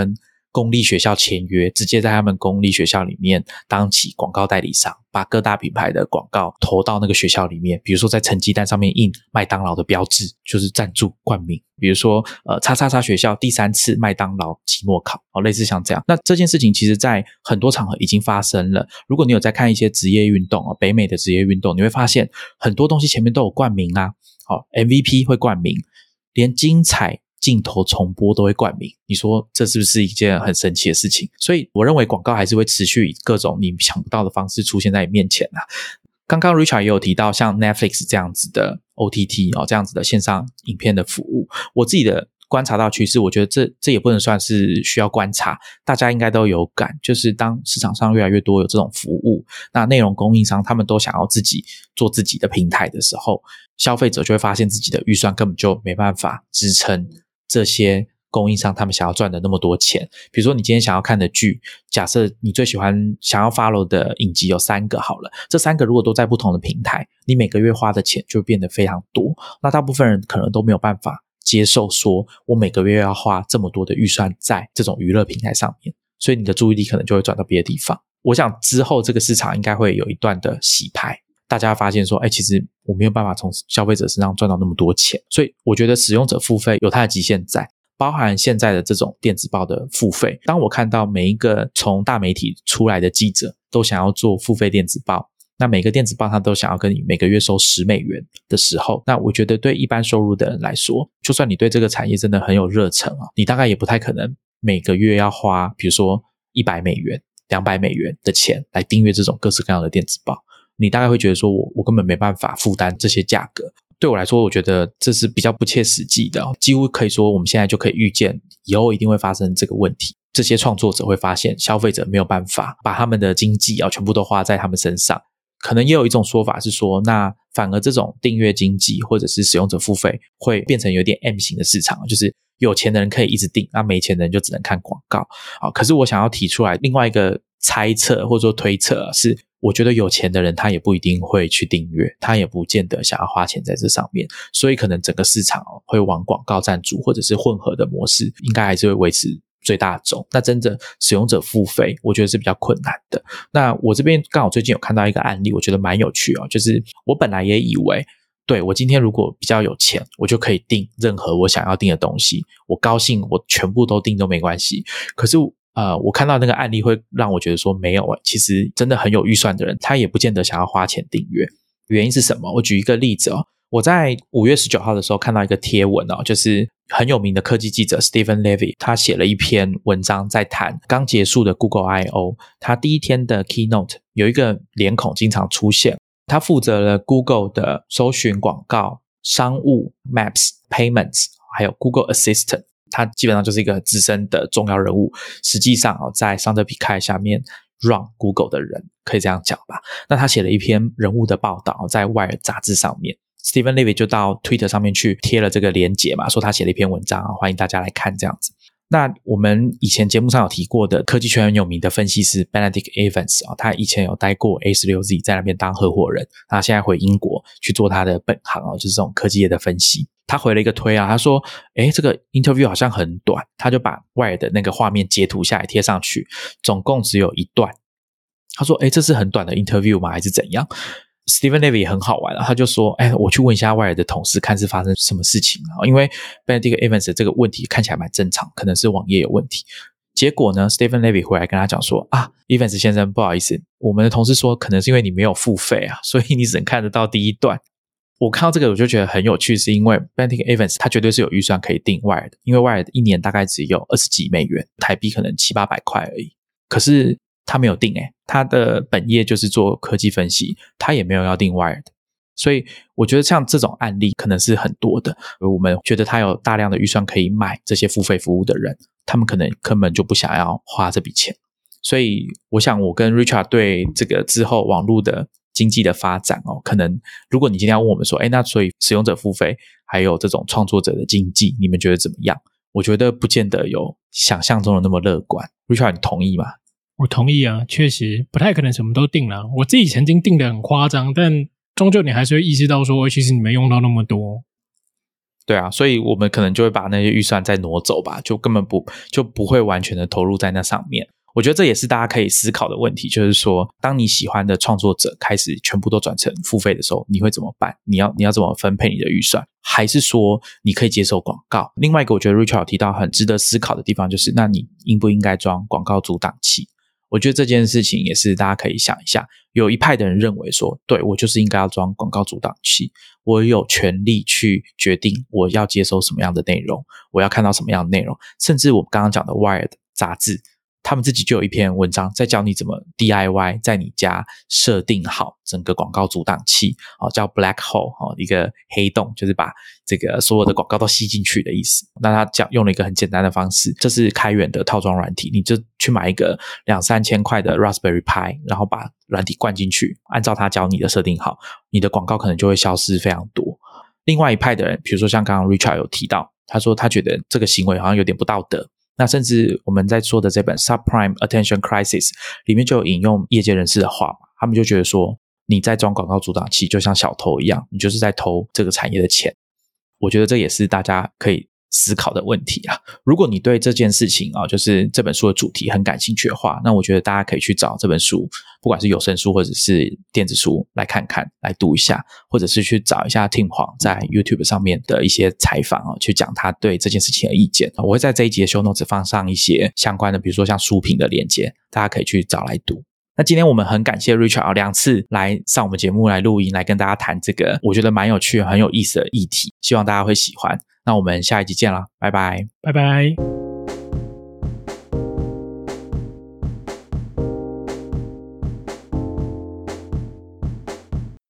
公立学校签约，直接在他们公立学校里面当起广告代理商，把各大品牌的广告投到那个学校里面，比如说在成绩单上面印麦当劳的标志，就是赞助冠名，比如说呃叉叉叉学校第三次麦当劳期末考，哦，类似像这样。那这件事情其实在很多场合已经发生了，如果你有在看一些职业运动，哦，北美的职业运动，你会发现很多东西前面都有冠名啊，哦 M V P 会冠名，连精彩镜头重播都会冠名，你说这是不是一件很神奇的事情？所以我认为广告还是会持续以各种你想不到的方式出现在你面前啊。刚刚 Richard 也有提到像 Netflix 这样子的 O T T，哦，这样子的线上影片的服务，我自己的观察到趋势，我觉得这这也不能算是需要观察，大家应该都有感，就是当市场上越来越多有这种服务，那内容供应商他们都想要自己做自己的平台的时候，消费者就会发现自己的预算根本就没办法支撑这些供应商他们想要赚的那么多钱。比如说你今天想要看的剧，假设你最喜欢想要 follow 的影集有三个好了，这三个如果都在不同的平台，你每个月花的钱就变得非常多，那大部分人可能都没有办法接受说我每个月要花这么多的预算在这种娱乐平台上面，所以你的注意力可能就会转到别的地方。我想之后这个市场应该会有一段的洗牌，大家发现说哎，其实我没有办法从消费者身上赚到那么多钱，所以我觉得使用者付费有它的极限在，包含现在的这种电子报的付费。当我看到每一个从大媒体出来的记者都想要做付费电子报，那每个电子报他都想要跟你每个月收十美元的时候，那我觉得对一般收入的人来说，就算你对这个产业真的很有热忱啊，你大概也不太可能每个月要花比如说一百美元两百美元的钱来订阅这种各式各样的电子报，你大概会觉得说我我根本没办法负担这些价格。对我来说我觉得这是比较不切实际的，几乎可以说我们现在就可以预见以后一定会发生这个问题。这些创作者会发现消费者没有办法把他们的经济啊全部都花在他们身上，可能也有一种说法是说，那反而这种订阅经济或者是使用者付费会变成有点 M 型的市场，就是有钱的人可以一直订，那没钱的人就只能看广告。好，可是我想要提出来另外一个猜测或者说推测是，我觉得有钱的人他也不一定会去订阅，他也不见得想要花钱在这上面，所以可能整个市场会往广告赞助或者是混合的模式应该还是会维持最大宗。那真正使用者付费我觉得是比较困难的。那我这边刚好最近有看到一个案例，我觉得蛮有趣哦，就是我本来也以为对我今天如果比较有钱我就可以订任何我想要订的东西，我高兴我全部都订都没关系。可是呃，我看到那个案例会让我觉得说没有诶，其实真的很有预算的人他也不见得想要花钱订阅。原因是什么？我举一个例子哦，我在五月十九号的时候看到一个贴文哦，就是很有名的科技记者 Steven Levy 他写了一篇文章在谈刚结束的 Google I O， 他第一天的 Keynote 有一个脸孔经常出现，他负责了 Google 的搜寻广告、商务、Maps、Payments 还有 Google Assistant，他基本上就是一个资深的重要人物，实际上哦，在桑德比凯下面 run Google 的人，可以这样讲吧。那他写了一篇人物的报道在 Wired 杂志上面， Steven Levy 就到 Twitter 上面去贴了这个连结嘛，说他写了一篇文章，欢迎大家来看这样子。那我们以前节目上有提过的科技圈很有名的分析师 Benedict Evans，哦，他以前有待过 A 十六 Z 在那边当合伙人，他现在回英国去做他的本行，哦，就是这种科技业的分析。他回了一个推啊，他说诶这个 interview 好像很短，他就把 Wire 的那个画面截图下来贴上去，总共只有一段。他说诶这是很短的 interview 吗还是怎样？ Steven Levy 也很好玩，啊，他就说诶我去问一下 Wire 的同事看是发生什么事情，因为 Benedict Evans 的这个问题看起来蛮正常，可能是网页有问题。结果呢 Steven Levy 回来跟他讲说啊 Evans 先生不好意思，我们的同事说可能是因为你没有付费啊，所以你只能看得到第一段。我看到这个我就觉得很有趣，是因为 Benedict Evans 他绝对是有预算可以订 Wired， 因为 Wired 一年大概只有二十几美元，台币可能七八百块而已，可是他没有订诶，他的本业就是做科技分析，他也没有要订 Wired。 所以我觉得像这种案例可能是很多的，而我们觉得他有大量的预算可以买这些付费服务的人，他们可能根本就不想要花这笔钱。所以我想我跟 Richard 对这个之后网络的经济的发展哦，可能如果你今天要问我们说诶那所以使用者付费还有这种创作者的经济你们觉得怎么样，我觉得不见得有想象中的那么乐观。 Richard 你同意吗？ 我同意啊，确实不太可能什么都定了，我自己曾经定的很夸张，但终究你还是会意识到说其实你没用到那么多。 对啊，所以我们可能就会把那些预算再挪走吧，就根本不就不会完全的投入在那上面。我觉得这也是大家可以思考的问题，就是说当你喜欢的创作者开始全部都转成付费的时候，你会怎么办？你要你要怎么分配你的预算？还是说你可以接受广告？另外一个我觉得 Richard 有提到很值得思考的地方，就是那你应不应该装广告阻挡器？我觉得这件事情也是大家可以想一下。有一派的人认为说，对，我就是应该要装广告阻挡器，我有权利去决定我要接收什么样的内容，我要看到什么样的内容，甚至我刚刚讲的 Wired 杂志他们自己就有一篇文章在教你怎么 D I Y 在你家设定好整个广告阻挡器、哦、叫 Black Hole、哦、一个黑洞，就是把这个所有的广告都吸进去的意思。那他讲用了一个很简单的方式，这是开源的套装软体，你就去买一个两三千块的 Raspberry Pi， 然后把软体灌进去，按照他教你的设定好，你的广告可能就会消失非常多。另外一派的人，比如说像刚刚 Richard 有提到，他说他觉得这个行为好像有点不道德，那甚至我们在说的这本 Subprime Attention Crisis 里面就有引用业界人士的话嘛，他们就觉得说你在装广告阻挡器就像小偷一样，你就是在偷这个产业的钱。我觉得这也是大家可以思考的问题啊。如果你对这件事情啊，就是这本书的主题很感兴趣的话，那我觉得大家可以去找这本书，不管是有声书或者是电子书来看看，来读一下，或者是去找一下 Tim Huang 在 YouTube 上面的一些采访啊，去讲他对这件事情的意见。我会在这一集的 show notes 放上一些相关的，比如说像书评的连结，大家可以去找来读。那今天我们很感谢 Richard 两次来上我们节目来录音，来跟大家谈这个我觉得蛮有趣很有意思的议题，希望大家会喜欢。那我们下一集见啦，拜拜， 拜拜。